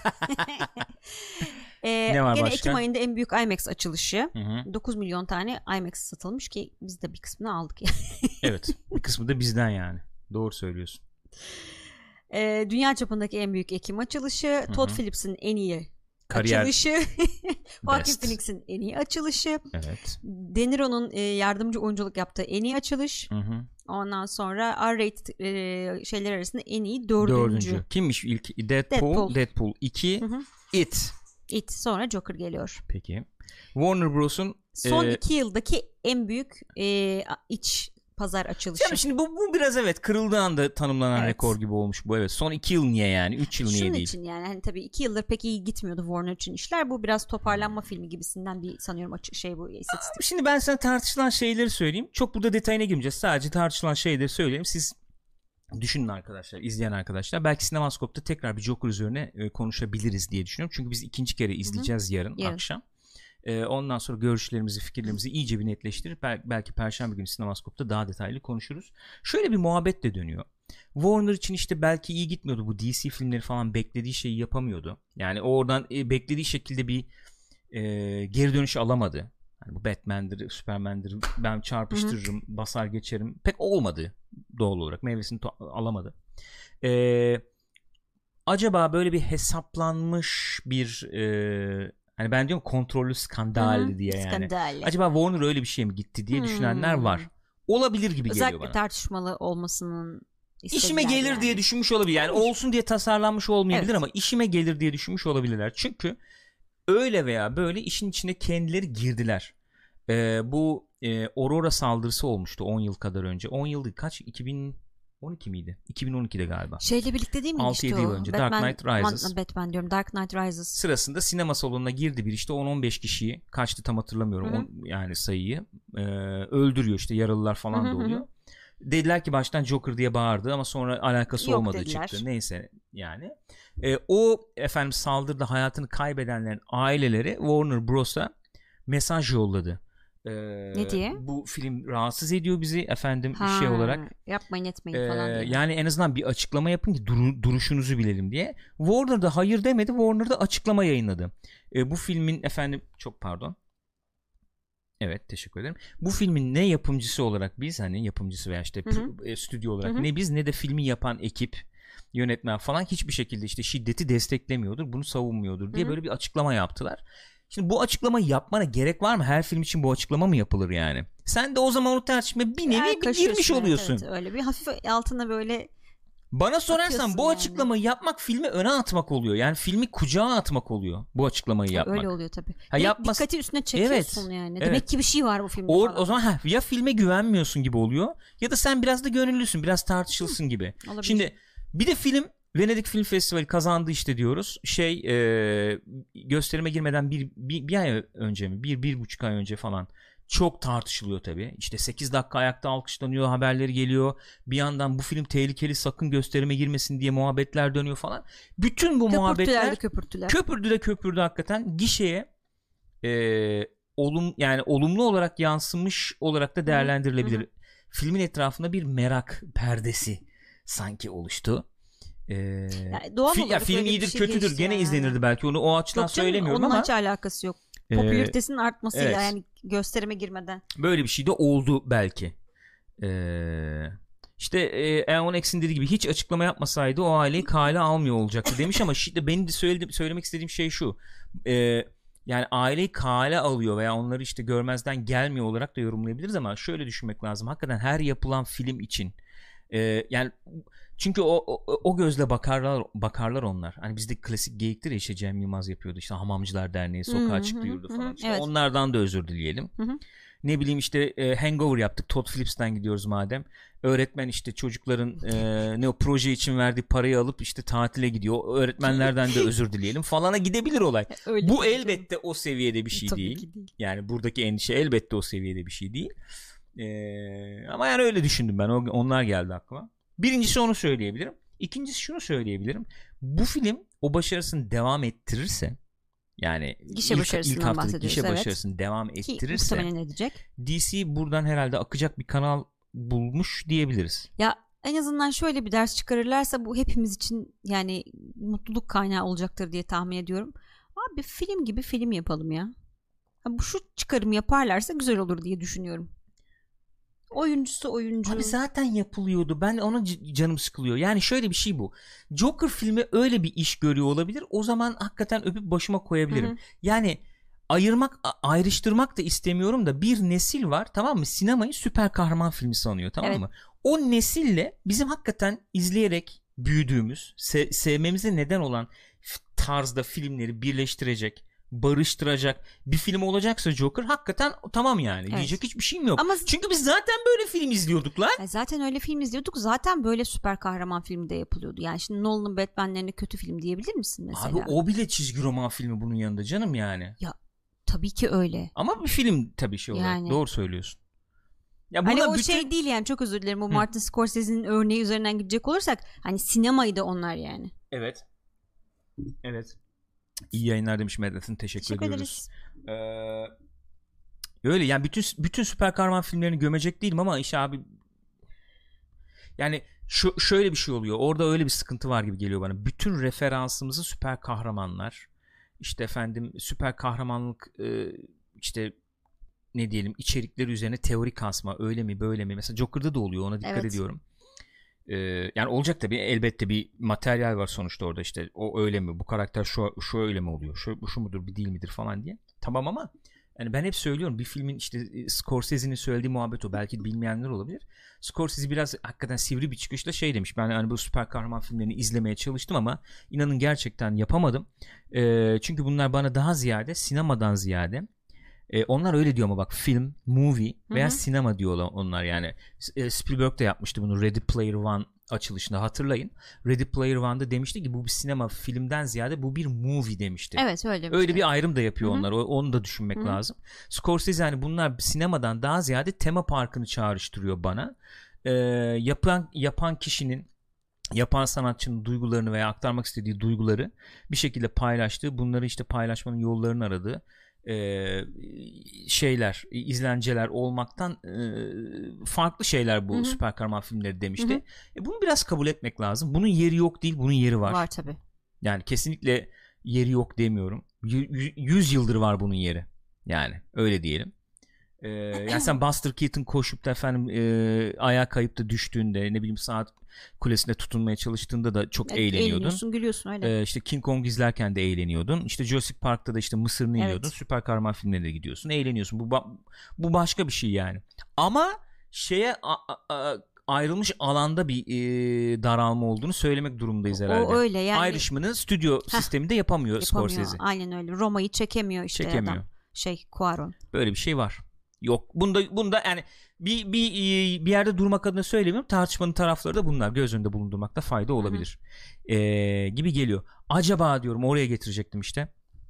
Ee, ne var gene başka? Ekim ayında en büyük IMAX açılışı. Hı hı. dokuz milyon tane IMAX satılmış ki biz de bir kısmını aldık yani. Evet, bir kısmı da bizden yani. Doğru söylüyorsun. Ee, dünya çapındaki en büyük Ekim açılışı. Hı-hı. Todd Phillips'in en iyi Kariyer açılışı. Joaquin Phoenix'in en iyi açılışı. Evet. De Niro'nun e, yardımcı oyunculuk yaptığı en iyi açılış. Hı-hı. Ondan sonra R-rated e, şeyler arasında en iyi dördüncü. Dördüncü. Kimmiş ilk? Deadpool. Deadpool, Deadpool iki. Hı-hı. It. It. Sonra Joker geliyor. Peki. Warner Bros'un son e... iki yıldaki en büyük e, iç pazar açılışı. Yani şimdi bu, bu biraz evet kırıldığı anda tanımlanan evet. rekor gibi olmuş bu, evet. Son iki yıl niye yani? Üç yıl niye Şunun değil? Şunun için yani hani tabii iki yıldır pek iyi gitmiyordu Warner için işler. Bu biraz toparlanma filmi gibisinden bir sanıyorum açı, şey bu istatistik. Şimdi ben sana tartışılan şeyleri söyleyeyim. Çok burada detayına girmeyeceğiz. Sadece tartışılan şeyleri söyleyeyim. Siz düşünün arkadaşlar, izleyen arkadaşlar. Belki Sinemaskop'ta tekrar bir Joker üzerine e, konuşabiliriz diye düşünüyorum. Çünkü biz ikinci kere izleyeceğiz Hı-hı. yarın evet. akşam. E, ondan sonra görüşlerimizi, fikirlerimizi iyice bir netleştirip bel- belki Perşembe günü Sinemaskop'ta daha detaylı konuşuruz. Şöyle bir muhabbet de dönüyor. Warner için işte belki iyi gitmiyordu. Bu D C filmleri falan beklediği şeyi yapamıyordu. Yani oradan e, beklediği şekilde bir e, geri dönüş alamadı. Yani bu Batman'dir, Superman'dir, ben çarpıştırırım, Hı-hı. basar geçerim. Pek olmadı doğal olarak. Meyvesini to- alamadı. E, acaba böyle bir hesaplanmış bir e, hani ben diyorum kontrollü skandal Hı-hı. diye yani. Skandal. Acaba Warner öyle bir şey mi gitti diye hmm. düşünenler var. Olabilir gibi Özellikle geliyor bana. Özellikle tartışmalı olmasının İşime gelir yani. diye düşünmüş olabilir. Yani olsun diye tasarlanmış olmayabilir evet. ama işime gelir diye düşünmüş olabilirler. Çünkü öyle veya böyle işin içine kendileri girdiler. Ee, bu e, Aurora saldırısı olmuştu on yıl kadar önce. on yıl değil, kaç? iki bin on iki miydi? iki bin on ikide galiba. Şeyle birlikte değil mi altı yedi yıl önce. Batman, Dark Knight Rises. Batman diyorum. Dark Knight Rises. Sırasında sinema salonuna girdi bir işte on on beş kişiyi, kaçtı tam hatırlamıyorum on, yani sayıyı. E, öldürüyor işte, yaralılar falan Hı-hı. da oluyor. Dediler ki baştan Joker diye bağırdı ama sonra alakası Yok olmadığı dediler. çıktı. Neyse yani. E, o efendim saldırıda hayatını kaybedenlerin aileleri Warner Bros'a mesaj yolladı. Ee, ne diye? Bu film rahatsız ediyor bizi efendim ha, şey olarak. Yapmayın etmeyin ee, falan diye. Yani en azından bir açıklama yapın ki dur, duruşunuzu bilelim diye. Warner da hayır demedi. Warner da açıklama yayınladı. Ee, bu filmin efendim çok pardon. Evet, teşekkür ederim. Bu filmin ne yapımcısı olarak biz, hani yapımcısı veya işte Hı-hı. stüdyo olarak Hı-hı. ne biz ne de filmi yapan ekip, yönetmen falan hiçbir şekilde işte şiddeti desteklemiyordur, bunu savunmuyordur diye Hı-hı. böyle bir açıklama yaptılar. Şimdi bu açıklamayı yapmana gerek var mı? Her film için bu açıklama mı yapılır yani? Sen de o zaman o tartışmaya bir nevi bir girmiş oluyorsun. Evet, öyle bir hafif altına böyle. Bana sorarsan bu yani. açıklamayı yapmak filmi öne atmak oluyor. Yani filmi kucağa atmak oluyor bu açıklamayı yapmak. Öyle oluyor tabii. Ha, yapmaz... Dikkati üstüne çekiyorsun evet, yani. Demek evet. ki bir şey var bu filmde o, falan. O zaman heh, ya filme güvenmiyorsun gibi oluyor ya da sen biraz da gönüllüsün, biraz tartışılsın Hı, gibi. Olabilir. Şimdi bir de film Venedik Film Festivali kazandı işte diyoruz. Şey e, gösterime girmeden bir, bir, bir ay önce mi? Bir, bir buçuk ay önce falan. Çok tartışılıyor tabii. İşte sekiz dakika ayakta alkışlanıyor, haberleri geliyor. Bir yandan bu film tehlikeli, sakın gösterime girmesin diye muhabbetler dönüyor falan. Bütün bu köpürtüler muhabbetler de köpürtüler. köpürdü de köpürdü hakikaten. Gişeye e, olum yani olumlu olarak yansımış olarak da değerlendirilebilir. Hı hı. Filmin etrafında bir merak perdesi sanki oluştu. Ee, yani doğal fi, ya film iyidir şey kötüdür gene yani. izlenirdi belki, onu o açıdan yok canım, söylemiyorum onun ama hiç alakası yok. Popülaritesinin e, artmasıyla evet. yani gösterime girmeden. Böyle bir şey de oldu belki. Ee, işte e, Eon X'in dediği gibi hiç açıklama yapmasaydı o aileyi kale almıyor olacaktı demiş ama işte benim de söyledim, söylemek istediğim şey şu. Ee, yani aileyi kale alıyor veya onları işte görmezden gelmiyor olarak da yorumlayabiliriz ama şöyle düşünmek lazım. Hakikaten her yapılan film için e, yani çünkü o, o o gözle bakarlar bakarlar onlar. Hani bizde klasik geyiktir ya, işte Cem Yılmaz yapıyordu işte Hamamcılar Derneği sokağa çıktı yurdu falan. İşte evet. Onlardan da özür dileyelim. Hı hı. Ne bileyim işte e, Hangover yaptık. Todd Phillips'ten gidiyoruz madem. Öğretmen işte çocukların e, ne o proje için verdiği parayı alıp işte tatile gidiyor. Öğretmenlerden de özür dileyelim falana gidebilir olay. Öyle Bu elbette o seviyede bir şey değil. değil. Yani buradaki endişe elbette o seviyede bir şey değil. E, ama yani öyle düşündüm ben. Onlar geldi aklıma. Birincisi onu söyleyebilirim. İkincisi şunu söyleyebilirim. Bu film o başarısını devam ettirirse, yani gişe ilk, başarısından ilk haftalık bahsediyoruz. gişe evet. başarısını devam ettirirse Ki muhtemelen edecek. D C buradan herhalde akacak bir kanal bulmuş diyebiliriz. Ya en azından şöyle bir ders çıkarırlarsa bu hepimiz için yani mutluluk kaynağı olacaktır diye tahmin ediyorum. Abi film gibi film yapalım ya. ya bu şu çıkarım yaparlarsa güzel olur diye düşünüyorum. Oyuncusu oyuncu. Abi zaten yapılıyordu. Ben ona c- canım sıkılıyor. Yani şöyle bir şey bu. Joker filmi öyle bir iş görüyor olabilir. O zaman hakikaten öpüp başıma koyabilirim. Hı hı. Yani ayırmak, ayrıştırmak da istemiyorum da bir nesil var, tamam mı? Sinemayı süper kahraman filmi sanıyor, tamam evet. mı? O nesille bizim hakikaten izleyerek büyüdüğümüz, se- sevmemize neden olan tarzda filmleri birleştirecek, barıştıracak bir film olacaksa Joker hakikaten tamam yani. Evet. Diyecek hiçbir şeyim yok. Ama çünkü biz zaten böyle film izliyorduk lan. Zaten öyle film izliyorduk. Zaten böyle süper kahraman filmi de yapılıyordu. Yani şimdi Nolan'ın Batman'lerine kötü film diyebilir misin mesela? Abi o bile çizgi roman filmi bunun yanında canım yani. Ya tabii ki öyle. Ama bir film tabii şey olarak. Yani. Doğru söylüyorsun. Ya hani o bütün... şey değil yani, çok özür dilerim. O Hı. Martin Scorsese'nin örneği üzerinden gidecek olursak hani sinemayı da onlar yani. Evet. Evet. İyi yayınlar demiş Medat'ın, teşekkür, teşekkür ediyoruz. Ee, öyle yani bütün bütün süper kahraman filmlerini gömecek değilim ama işte abi yani şu, şöyle bir şey oluyor. Orada öyle bir sıkıntı var gibi geliyor bana. Bütün referansımızı süper kahramanlar, işte efendim süper kahramanlık e, işte ne diyelim içerikleri üzerine teori kasma, öyle mi böyle mi? Mesela Joker'da da oluyor, ona dikkat evet. ediyorum. Ee, yani olacak tabii, elbette bir materyal var sonuçta orada, işte o öyle mi, bu karakter şu, şu öyle mi oluyor, şu, şu mudur bir değil midir falan diye. Tamam ama yani ben hep söylüyorum, bir filmin işte Scorsese'nin söylediği muhabbet o, belki bilmeyenler olabilir. Scorsese biraz hakikaten sivri bir çıkışla şey demiş, ben hani bu süper kahraman filmlerini izlemeye çalıştım ama inanın gerçekten yapamadım. Ee, çünkü bunlar bana daha ziyade sinemadan ziyade Ee, onlar öyle diyor ama bak, film, movie veya Hı-hı. sinema diyorlar onlar yani. E, Spielberg de yapmıştı bunu Ready Player One açılışında, hatırlayın. Ready Player One'da demişti ki bu bir sinema filmden ziyade bu bir movie demişti. Evet öyle demişti. Öyle bir ayrım da yapıyor Hı-hı. onlar. O, onu da düşünmek Hı-hı. lazım. Scorsese yani bunlar sinemadan daha ziyade tema parkını çağrıştırıyor bana. Ee, yapan yapan kişinin, yapan sanatçının duygularını veya aktarmak istediği duyguları bir şekilde paylaştığı, bunları işte paylaşmanın yollarını aradığı Ee, şeyler, izlenceler olmaktan e, farklı şeyler bu Hı-hı. süper kahraman filmleri demişti. E, bunu biraz kabul etmek lazım. Bunun yeri yok değil, bunun yeri var. Var tabii. Yani kesinlikle yeri yok demiyorum. Y- yüz yıldır var bunun yeri. Yani öyle diyelim. Ee, yani sen Buster Keaton koşup da efendim e, ayağa kayıp da düştüğünde, ne bileyim saat kulesine tutunmaya çalıştığında da çok evet, eğleniyordun. Eğleniyorsun, gülüyorsun öyle. Ee, işte King Kong izlerken de eğleniyordun. İşte Jurassic Park'ta da işte mısırını evet. yiyordun. Süper kahraman filmlerine gidiyorsun, eğleniyorsun. Bu ba- bu başka bir şey yani. Ama şeye a- a- ayrılmış alanda bir e, daralma olduğunu söylemek durumundayız herhalde. O öyle yani. Ayrışmanı stüdyo Heh, sisteminde yapamıyor, yapamıyor Scorsese. Aynen öyle. Roma'yı çekemiyor işte çekemiyor. adam. Şey, Cuarón. Böyle bir şey var. Yok. Bunda bunda yani bir bir bir yerde durmak adına söylemiyorum. Tartışmanın tarafları da bunlar. Göz önünde bulundurmakta fayda olabilir. Ee, gibi geliyor. Acaba diyorum, oraya getirecektim işte.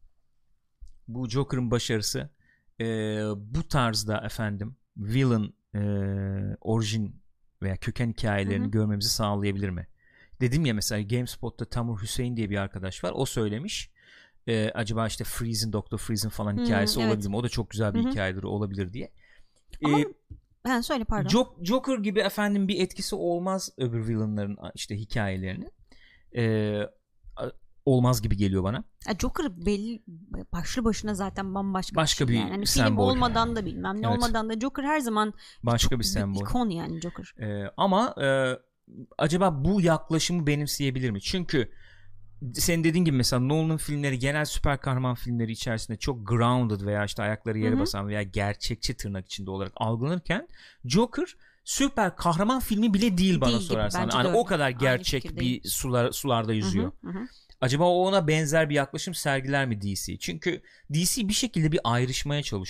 Bu Joker'ın başarısı e, bu tarzda efendim villain e, orijin veya köken hikayelerini Hı-hı. görmemizi sağlayabilir mi? Dedim ya mesela GameSpot'ta Tamur Hüseyin diye bir arkadaş var. O söylemiş. Ee, acaba işte Freeze'in, doktor Freeze'in falan hmm, hikayesi evet. olabilir mi? O da çok güzel bir Hı-hı. hikayedir, olabilir diye. Ama ee, ben söyle pardon. Joker gibi efendim bir etkisi olmaz öbür villainların işte hikayelerinin. Ee, olmaz gibi geliyor bana. Joker belli başlı başına zaten bambaşka başka bir, bir şey yani. Hani sembol. Film olmadan da bilmem ne evet. olmadan da Joker her zaman başka bir sembol. İkon yani Joker. Ee, ama e, acaba bu yaklaşımı benimseyebilir mi? Çünkü senin dediğin gibi mesela Nolan'ın filmleri genel süper kahraman filmleri içerisinde çok grounded veya işte ayakları yere Hı-hı. basan veya gerçekçi tırnak içinde olarak algılanırken Joker süper kahraman filmi bile değil bana değil sorarsan. Hani o kadar gerçek bir sular sularda yüzüyor. Hı hı. Acaba ona benzer bir yaklaşım sergiler mi D C? Çünkü D C bir şekilde bir ayrışmaya çalışıyor.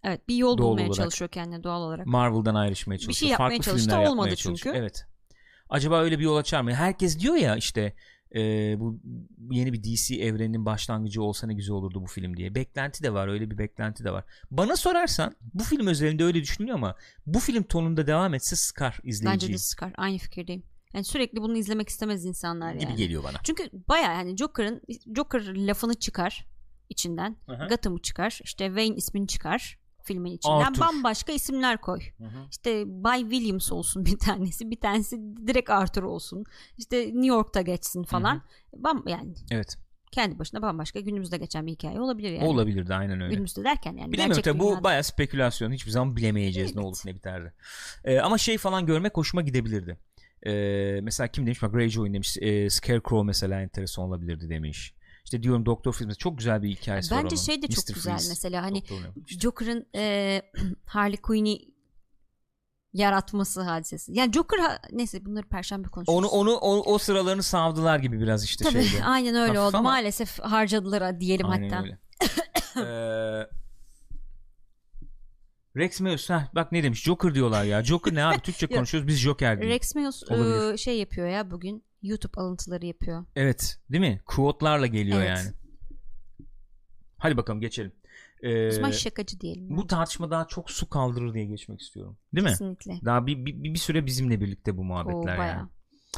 Evet, bir yol doğal bulmaya olarak. çalışıyor kendine doğal olarak. Marvel'dan ayrışmaya çalışıyor. Bir şey yapmaya farklı çalıştı, filmler olmadı yapmaya çünkü. çalışıyor. Evet. Acaba öyle bir yol açar mı? Herkes diyor ya işte e, bu yeni bir D C evreninin başlangıcı olsa ne güzel olurdu bu film diye. Beklenti de var, öyle bir beklenti de var. Bana sorarsan bu film özelinde öyle düşünüyor ama bu film tonunda devam etse sıkar izleyiciyi. Bence de sıkar. Aynı fikirdeyim. Yani sürekli bunu izlemek istemez insanlar gibi yani. geliyor bana. Çünkü bayağı yani Joker'ın Joker lafını çıkar içinden. Aha. Gotham'ı çıkar. İşte Wayne ismini çıkar filmin içinden. Arthur. Bambaşka isimler koy. Hı hı. İşte Bay Williams olsun bir tanesi. Bir tanesi direkt Arthur olsun. İşte New York'ta geçsin falan. Hı hı. Bam yani. Evet. Kendi başına bambaşka günümüzde geçen bir hikaye olabilir yani. Olabilirdi aynen öyle. Günümüzde derken yani. Bilemiyorum tabii, bu dünyada. bayağı spekülasyon. Hiçbir zaman bilemeyeceğiz evet. ne olup ne biterdi. Ee, ama şey falan görmek hoşuma gidebilirdi. Ee, mesela kim demiş? Bak Greyjoy demiş. E, Scarecrow mesela enteresan olabilirdi demiş. İşte diyorum Doktor Freeze çok güzel bir hikayesi Bence var onun. şey de çok mister güzel Freeze. mesela hani işte. Joker'ın e, Harley Quinn'i yaratması hadisesi. Yani Joker ha- neyse bunları perşembe konuşuruz. Onu onu o, o sıralarını savdılar gibi biraz işte Tabii, şeyde. aynen öyle Hafif oldu. ama... Maalesef harcadılar diyelim aynen hatta. Öyle. ee, Rex Meus bak ne demiş? Joker diyorlar ya. Joker ne abi? Türkçe konuşuyoruz. Biz Joker diyoruz. Rex Meus e, şey yapıyor ya bugün. YouTube alıntıları yapıyor. Evet, değil mi? Quote'larla geliyor evet. yani. Hadi bakalım geçelim. Ee, o zaman şakacı diyelim. Bu bence. Tartışma daha çok su kaldırır diye geçmek istiyorum. Değil Kesinlikle. mi? Daha bir, bir, bir süre bizimle birlikte bu muhabbetler Oo, yani.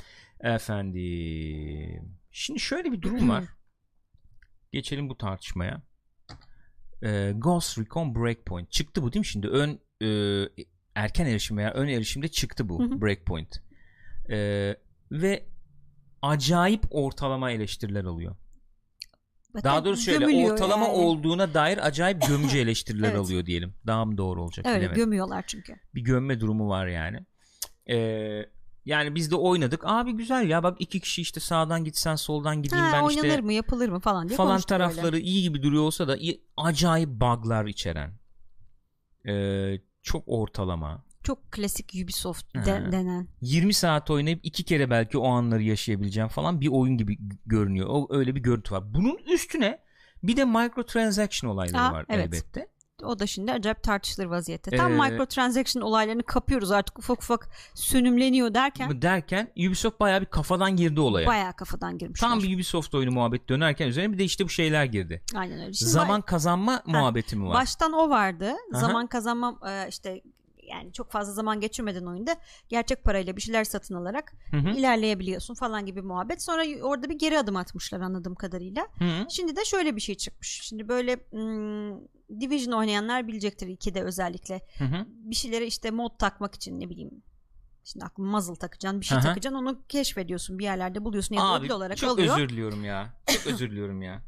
Efendim. Şimdi şöyle bir durum var. Geçelim bu tartışmaya. Ee, Ghost Recon Breakpoint. Çıktı bu değil mi şimdi? Ön e, erken erişim veya ön erişimde çıktı bu Breakpoint. Ee, ve acayip ortalama eleştiriler oluyor. Zaten daha doğrusu şöyle ortalama yani. Olduğuna dair acayip gömücü eleştiriler evet. alıyor diyelim. Daha mı doğru olacak? Öyle bilemedim. Gömüyorlar çünkü. Bir gömme durumu var yani. Ee, yani biz de oynadık. Abi güzel ya bak iki kişi işte sağdan gitsen soldan gideyim ha, ben oynanır işte. Oynanır mı yapılır mı falan diye falan tarafları öyle. iyi gibi duruyor olsa da acayip bug'lar içeren. Ee, çok ortalama. Çok klasik Ubisoft de, denen. yirmi saat oynayıp iki kere belki o anları yaşayabileceğim falan bir oyun gibi görünüyor. O öyle bir görüntü var. Bunun üstüne bir de microtransaction olayları Aa, var evet. elbette. O da şimdi acayip tartışılır vaziyette. Tam ee, microtransaction olaylarını kapıyoruz artık ufak ufak sönümleniyor derken. Derken Ubisoft bayağı bir kafadan girdi olaya. Bayağı kafadan girmişler. Tam bir Ubisoft oyunu muhabbet dönerken üzerine bir de işte bu şeyler girdi. Aynen öyle. Şimdi zaman var... kazanma ha, muhabbeti mi var? Baştan o vardı. Aha. Zaman kazanma işte yani çok fazla zaman geçirmeden oyunda gerçek parayla bir şeyler satın alarak hı hı. ilerleyebiliyorsun falan gibi muhabbet. Sonra orada bir geri adım atmışlar anladığım kadarıyla. Hı hı. Şimdi de şöyle bir şey çıkmış. Şimdi böyle ım, Division oynayanlar bilecektir ikide özellikle. Hı hı. Bir şeylere işte mod takmak için ne bileyim. Şimdi aklıma muzzle takacaksın, bir şey Aha. takacaksın, onu keşfediyorsun, bir yerlerde buluyorsun ya da ödül olarak çok alıyor. Çok özür diliyorum ya. Çok özür diliyorum ya.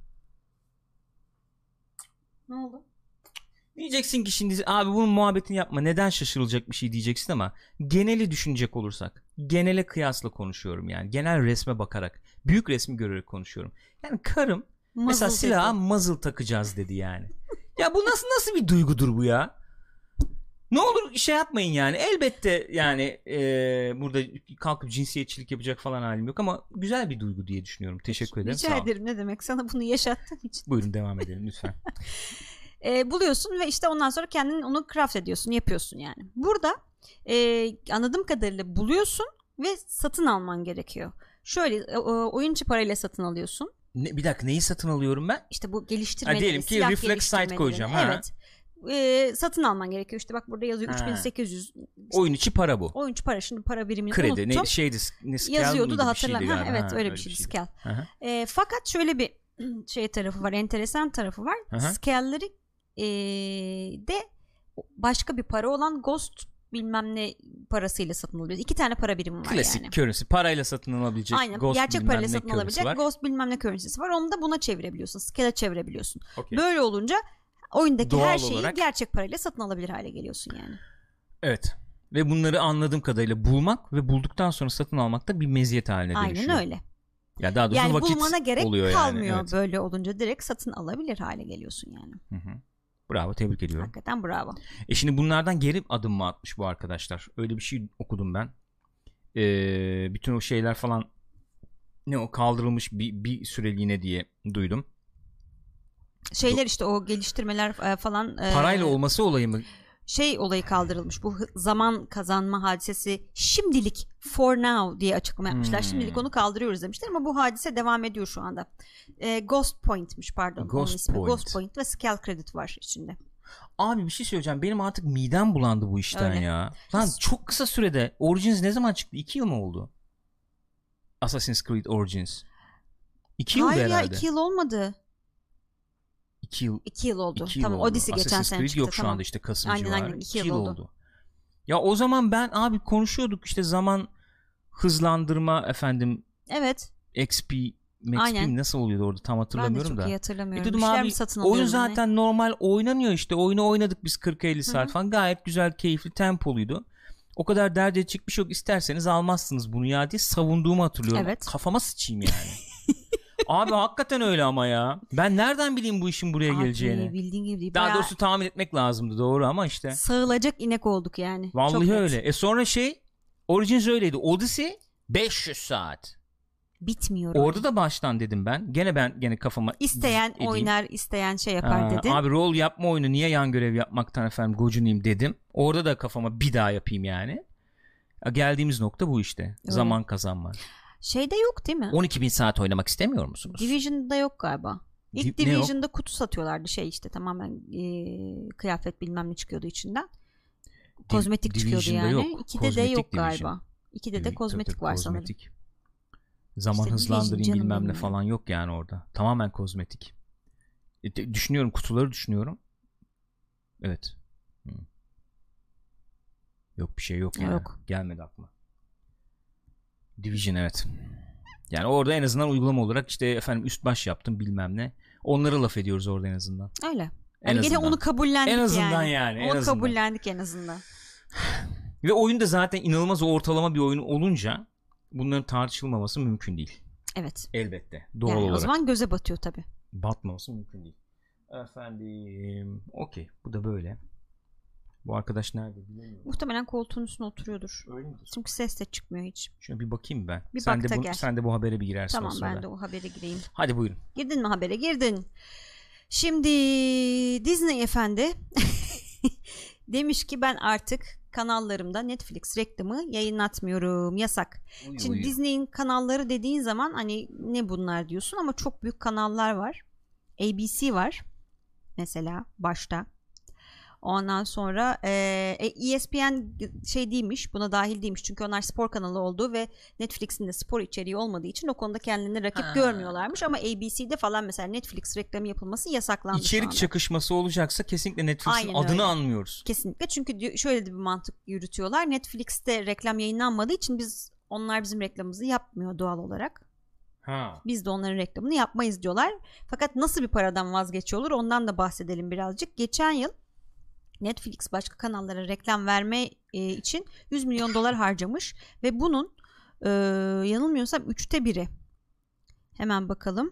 Ne oldu? Diyeceksin ki şimdi abi bunun muhabbetini yapma. Neden şaşırılacak bir şey diyeceksin ama geneli düşünecek olursak, genele kıyasla konuşuyorum yani. Genel resme bakarak, büyük resmi görerek konuşuyorum. Yani karım muzzle mesela silaha muzzle takacağız dedi yani. Ya bu nasıl nasıl bir duygudur bu ya? Ne olur şey yapmayın yani. Elbette yani e, burada kalkıp cinsiyetçilik yapacak falan halim yok ama güzel bir duygu diye düşünüyorum. Teşekkür ederim. Rica ederim, ne demek, sana bunu yaşattığın için. Buyurun devam edelim lütfen. e, buluyorsun ve işte ondan sonra kendin onu craft ediyorsun, yapıyorsun yani. Burada e, anladığım kadarıyla buluyorsun ve satın alman gerekiyor. Şöyle e, oyun içi parayla satın alıyorsun. Ne, bir dakika neyi satın alıyorum ben? İşte bu geliştirmeleri, ha, diyelim ki reflex sight koyacağım. Ha. Evet. E, satın alman gerekiyor. İşte bak burada yazıyor ha. üç bin sekiz yüz. İşte, oyun içi para bu. Oyun içi para. Şimdi para birimini kredi, unuttum. Ne, şeydi, ne, yazıyordu da hatırlamıyorum. Evet öyle, öyle bir şeydi. Scale. E, fakat şöyle bir şey tarafı var. Enteresan tarafı var. Scale'leri e, de başka bir para olan Ghost bilmem ne parasıyla satın alıyor. İki tane para birimi var klasik yani. Klasik currency. Parayla satın alabilecek. Aynen. Ghost gerçek parayla satın alabilecek var. Ghost bilmem ne currency'si var. Onu da buna çevirebiliyorsun. Scale'e çevirebiliyorsun. Okay. Böyle olunca oyundaki doğal her şeyi olarak gerçek parayla satın alabilir hale geliyorsun yani. Evet. Ve bunları anladığım kadarıyla bulmak ve bulduktan sonra satın almak da bir meziyet haline Aynen dönüşüyor. öyle. Ya daha doğrusu yani vakit bulmana gerek oluyor kalmıyor yani. Evet. Böyle olunca direkt satın alabilir hale geliyorsun yani. Hı hı. Bravo, tebrik ediyorum. Hakikaten bravo. E şimdi bunlardan geri adım mı atmış bu arkadaşlar? Öyle bir şey okudum ben. Ee, bütün o şeyler falan ne o kaldırılmış bir, bir süreliğine diye duydum. şeyler Do- işte o geliştirmeler falan. Parayla e, olması olayı mı? Şey olayı kaldırılmış. Bu zaman kazanma hadisesi şimdilik for now diye açıklama yapmışlar. Hmm. Şimdilik onu kaldırıyoruz demişler ama bu hadise devam ediyor şu anda. E, Ghost Point'miş pardon. Ghost ismi. Point. Ghost Point ve Scale Credit var içinde. Abi bir şey söyleyeceğim. Benim artık midem bulandı bu işten Öyle. ya. Lan çok kısa sürede. Origins ne zaman çıktı? İki yıl mı oldu? Assassin's Creed Origins. İki yıl herhalde. Hayır ya iki yıl olmadı. İki yıl. İki yıl oldu. İki yıl tamam oldu. Odyssey geçen Assassin's sene Creed çıktı. yok şu tamam. anda işte Kasım aynen, civarı. Aynen, iki, iki yıl, yıl oldu. oldu. Ya o zaman ben abi konuşuyorduk işte zaman hızlandırma efendim. Evet. X P Max P nasıl oluyordu orada tam hatırlamıyorum da. Ben de çok da. iyi hatırlamıyorum. E dedim abi oyun zaten ne? normal oynanıyor işte. Oyunu oynadık biz kırk elli saat falan. Gayet güzel, keyifli, tempoluydu. O kadar dert edecek bir şey yok. İsterseniz almazsınız bunu ya diye savunduğumu hatırlıyorum. Evet. Kafama sıçayım yani. Abi hakikaten öyle ama ya. Ben nereden bileyim bu işin buraya abi, geleceğini. Bildiğin gibi değil. Daha Bayağı doğrusu tahmin etmek lazımdı doğru ama işte. Sağılacak inek olduk yani. Vallahi Çok öyle. Net. E sonra şey Origins öyleydi. Odyssey beş yüz saat. Bitmiyor. Orada da baştan dedim ben. Gene ben gene kafama İsteyen edeyim. oynar, isteyen şey yapar ha, dedin. Abi rol yapma oyunu niye yan görev yapmaktan efendim gocunayım dedim. Orada da kafama bir daha yapayım yani. Geldiğimiz nokta bu işte. Öyle. Zaman kazanma. Şeyde yok değil mi? on iki bin saat oynamak istemiyor musunuz? Division'da yok galiba. İlk Di- Division'da kutu satıyorlardı şey işte tamamen e, kıyafet bilmem ne çıkıyordu içinden. Kozmetik Di- çıkıyordu yani. Yok. İkide kozmetik de yok Division. Galiba. İkide de kozmetik var kozmetik. sanırım. Zaman işte hızlandırayım bilmem ne benim. falan yok yani orada. Tamamen kozmetik. E, düşünüyorum kutuları düşünüyorum. Evet. Hmm. Yok bir şey yok yani. Yok. Gelmedi aklıma. Division evet. Yani orada en azından uygulama olarak işte efendim üst baş yaptım bilmem ne. Onlara laf ediyoruz orada en azından. Öyle. Yani gene onu kabullendik en azından yani. yani. En onu azından. kabullendik en azından. Ve oyun da zaten inanılmaz ortalama bir oyun olunca bunların tartışılmaması mümkün değil. Evet. Elbette. Doğal yani olarak. O zaman göze batıyor tabii. Batmaması mümkün değil. Efendim okey. Bu da böyle. Bu arkadaş nerede bilmiyorum. Muhtemelen koltuğun üstüne oturuyordur. Öyle midir? Çünkü ses de çıkmıyor hiç. Şöyle bir bakayım ben. Bir sen bak de bu, gel. Sen de bu habere bir girersin. Tamam ben de o habere gireyim. Hadi buyurun. Girdin mi habere? Girdin. Şimdi Disney efendi demiş ki ben artık kanallarımda Netflix reklamı yayınlatmıyorum. Yasak. Uy, Şimdi uy. Disney'in kanalları dediğin zaman hani ne bunlar diyorsun ama çok büyük kanallar var. A B C var. Mesela başta. Ondan sonra e, E S P N şey değilmiş, buna dahil değilmiş çünkü onlar spor kanalı olduğu ve Netflix'in de spor içeriği olmadığı için o konuda kendilerini rakip ha. görmüyorlarmış ama A B C'de falan mesela Netflix reklamı yapılması yasaklandı. İçerik çakışması olacaksa kesinlikle Netflix'in Aynen adını öyle. anmıyoruz. Kesinlikle çünkü şöyle bir mantık yürütüyorlar. Netflix'te reklam yayınlanmadığı için biz onlar bizim reklamımızı yapmıyor doğal olarak. Ha. Biz de onların reklamını yapmayız diyorlar. Fakat nasıl bir paradan vazgeçiyorlar ondan da bahsedelim birazcık. Geçen yıl Netflix başka kanallara reklam verme e, için yüz milyon dolar harcamış ve bunun e, yanılmıyorsam üçte biri. Hemen bakalım.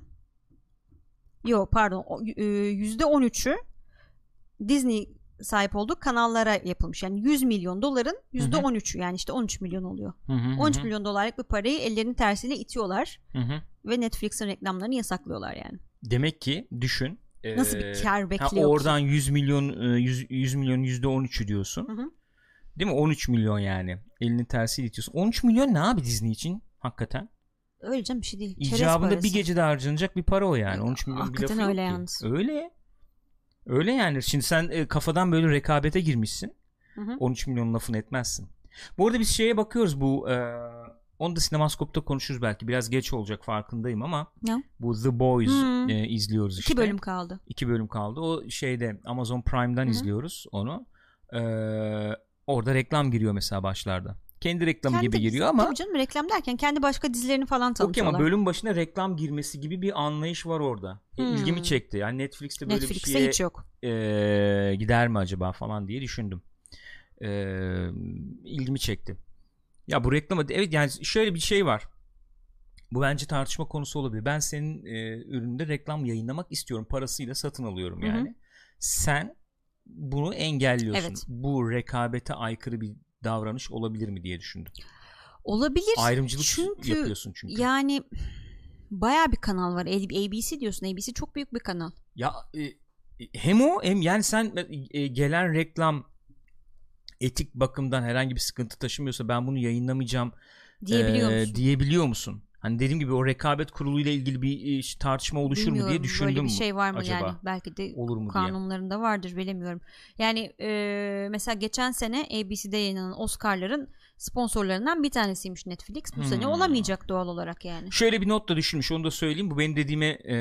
Yok pardon e, yüzde on üçü Disney sahip olduğu kanallara yapılmış. Yani yüz milyon doların yüzde on üçü yani işte on üç milyon oluyor. Hı hı, on üç hı. milyon dolarlık bir parayı ellerinin tersiyle itiyorlar. Hı hı. Ve Netflix'in reklamlarını yasaklıyorlar yani. Demek ki düşün. Nasıl bir kar bekliyor? Ha, oradan yüz milyon yüz, yüz milyon yüzde on üçü diyorsun. Hı hı. Değil mi? on üç milyon yani. Elinin tersiyle itiyorsun. on üç milyon ne abi Disney için? Hakikaten. Öyle canım bir şey değil. İcabında bir gecede harcanacak bir para o yani. on üç milyon hakikaten bir lafı öyle yok yalnız. Ki. Öyle. Öyle yani. Şimdi sen e, kafadan böyle rekabete girmişsin. Hı hı. on üç milyon lafını etmezsin. Bu arada biz şeye bakıyoruz bu e, onu da Sinemaskop'ta konuşuruz belki. Biraz geç olacak farkındayım ama ne? Bu The Boys hmm. e, izliyoruz işte. İki bölüm kaldı. İki bölüm kaldı. O şeyde Amazon Prime'dan Hı-hı. izliyoruz onu. Ee, orada reklam giriyor mesela başlarda. Kendi reklamı kendi gibi giriyor ama. Tabii canım reklam derken kendi başka dizilerini falan tanıtıyorlar. Okey ama bölüm başına reklam girmesi gibi bir anlayış var orada. Hmm. E, ilgimi çekti. Yani Netflix'te böyle Netflix'te bir şeye hiç yok. E, gider mi acaba falan diye düşündüm. E, ilgimi çekti. Ya bu reklama evet yani şöyle bir şey var. Bu bence tartışma konusu olabilir. Ben senin e, ürününde reklam yayınlamak istiyorum. Parasıyla satın alıyorum yani. Hı hı. Sen bunu engelliyorsun. Evet. Bu rekabete aykırı bir davranış olabilir mi diye düşündüm. Olabilir. Ayrımcılık çünkü, yapıyorsun çünkü. Yani Bayağı bir kanal var. A B C diyorsun. A B C çok büyük bir kanal. Ya e, hem o hem yani sen e, gelen reklam etik bakımdan herhangi bir sıkıntı taşımıyorsa ben bunu yayınlamayacağım diyebiliyor e, musun? Diyebiliyor musun? Hani dediğim gibi o rekabet kuruluyla ilgili bir e, tartışma oluşur Bilmiyorum, mu diye düşündüm. Böyle bir şey var mı acaba? yani? Belki de olur mu kanunlarında diye. vardır, bilemiyorum. Yani e, mesela geçen sene A B C'de yayınlanan Oscar'ların sponsorlarından bir tanesiymiş Netflix. Bu hmm. sene olamayacak doğal olarak yani. Şöyle bir not da düşmüş, onu da söyleyeyim. Bu benim dediğime e,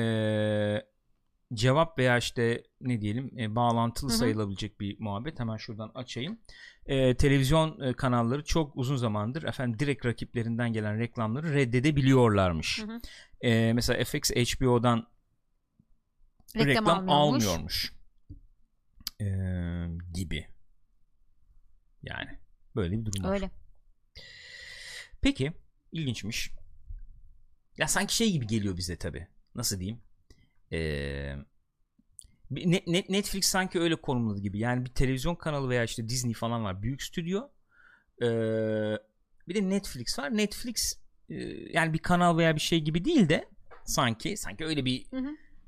cevap veya işte ne diyelim e, bağlantılı Hı-hı. sayılabilecek bir muhabbet. Hemen şuradan açayım. E, televizyon e, kanalları çok uzun zamandır efendim direkt rakiplerinden gelen reklamları reddedebiliyorlarmış. E, mesela F X H B O'dan reklam, reklam almıyormuş, almıyormuş. E, gibi. Yani böyle bir durum var. Öyle. Peki, ilginçmiş. Ya sanki şey gibi geliyor bize tabii. Nasıl diyeyim? Ee, Netflix sanki öyle konumladı gibi. Yani bir televizyon kanalı veya işte Disney falan var. Büyük stüdyo. Ee, bir de Netflix var. Netflix e, yani bir kanal veya bir şey gibi değil de sanki sanki öyle bir hı hı.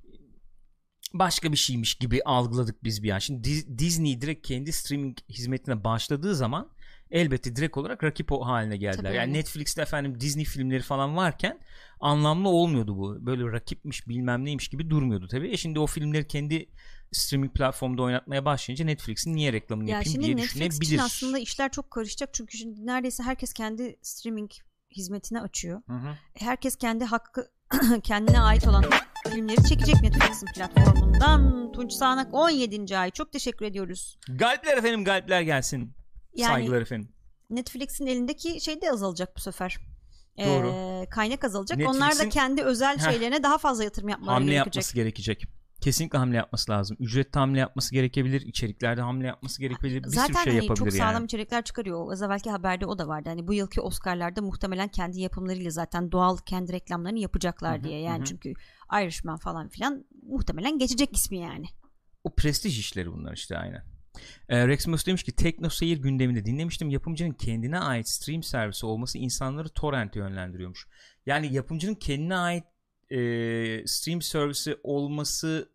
başka bir şeymiş gibi algıladık biz bir an. Şimdi Disney direkt kendi streaming hizmetine başladığı zaman elbette direkt olarak rakip haline geldiler. Tabii yani öyle. Netflix'te efendim Disney filmleri falan varken anlamlı olmuyordu bu. Böyle rakipmiş bilmem neymiş gibi durmuyordu tabii. E şimdi o filmleri kendi streaming platformunda oynatmaya başlayınca Netflix'in niye reklamını ya yapayım diye düşünebilir. Netflix için aslında işler çok karışacak. Çünkü şimdi neredeyse herkes kendi streaming hizmetini açıyor. Hı hı. Herkes kendi hakkı kendine ait olan filmleri çekecek Netflix'in platformundan. Tunç Sağanak on yedinci ay. Çok teşekkür ediyoruz. Galpler efendim, galpler gelsin. Yani saygılar efendim. Netflix'in elindeki şey de azalacak bu sefer. Doğru. Ee, kaynak azalacak. Netflix'in onlar da kendi özel şeylerine heh, daha fazla yatırım yapmaları hamle gerekecek. Hamle yapması gerekecek. Kesinlikle hamle yapması lazım. Ücretli hamle yapması gerekebilir. İçeriklerde hamle yapması gerekebilir. Bir zaten sürü şey hani yapabilir çok sağlam yani. içerikler çıkarıyor. Az evvelki haberde o da vardı. Hani bu yılki Oscar'larda muhtemelen kendi yapımlarıyla zaten doğal kendi reklamlarını yapacaklar hı hı, diye. Yani hı. çünkü Irishman falan filan muhtemelen geçecek ismi yani. O prestij işleri bunlar işte aynen. Ee, Rex Mus demiş ki Tekno Seyir gündeminde dinlemiştim. Yapımcının kendine ait stream servisi olması insanları torrent'e yönlendiriyormuş. Yani yapımcının kendine ait e, stream servisi olması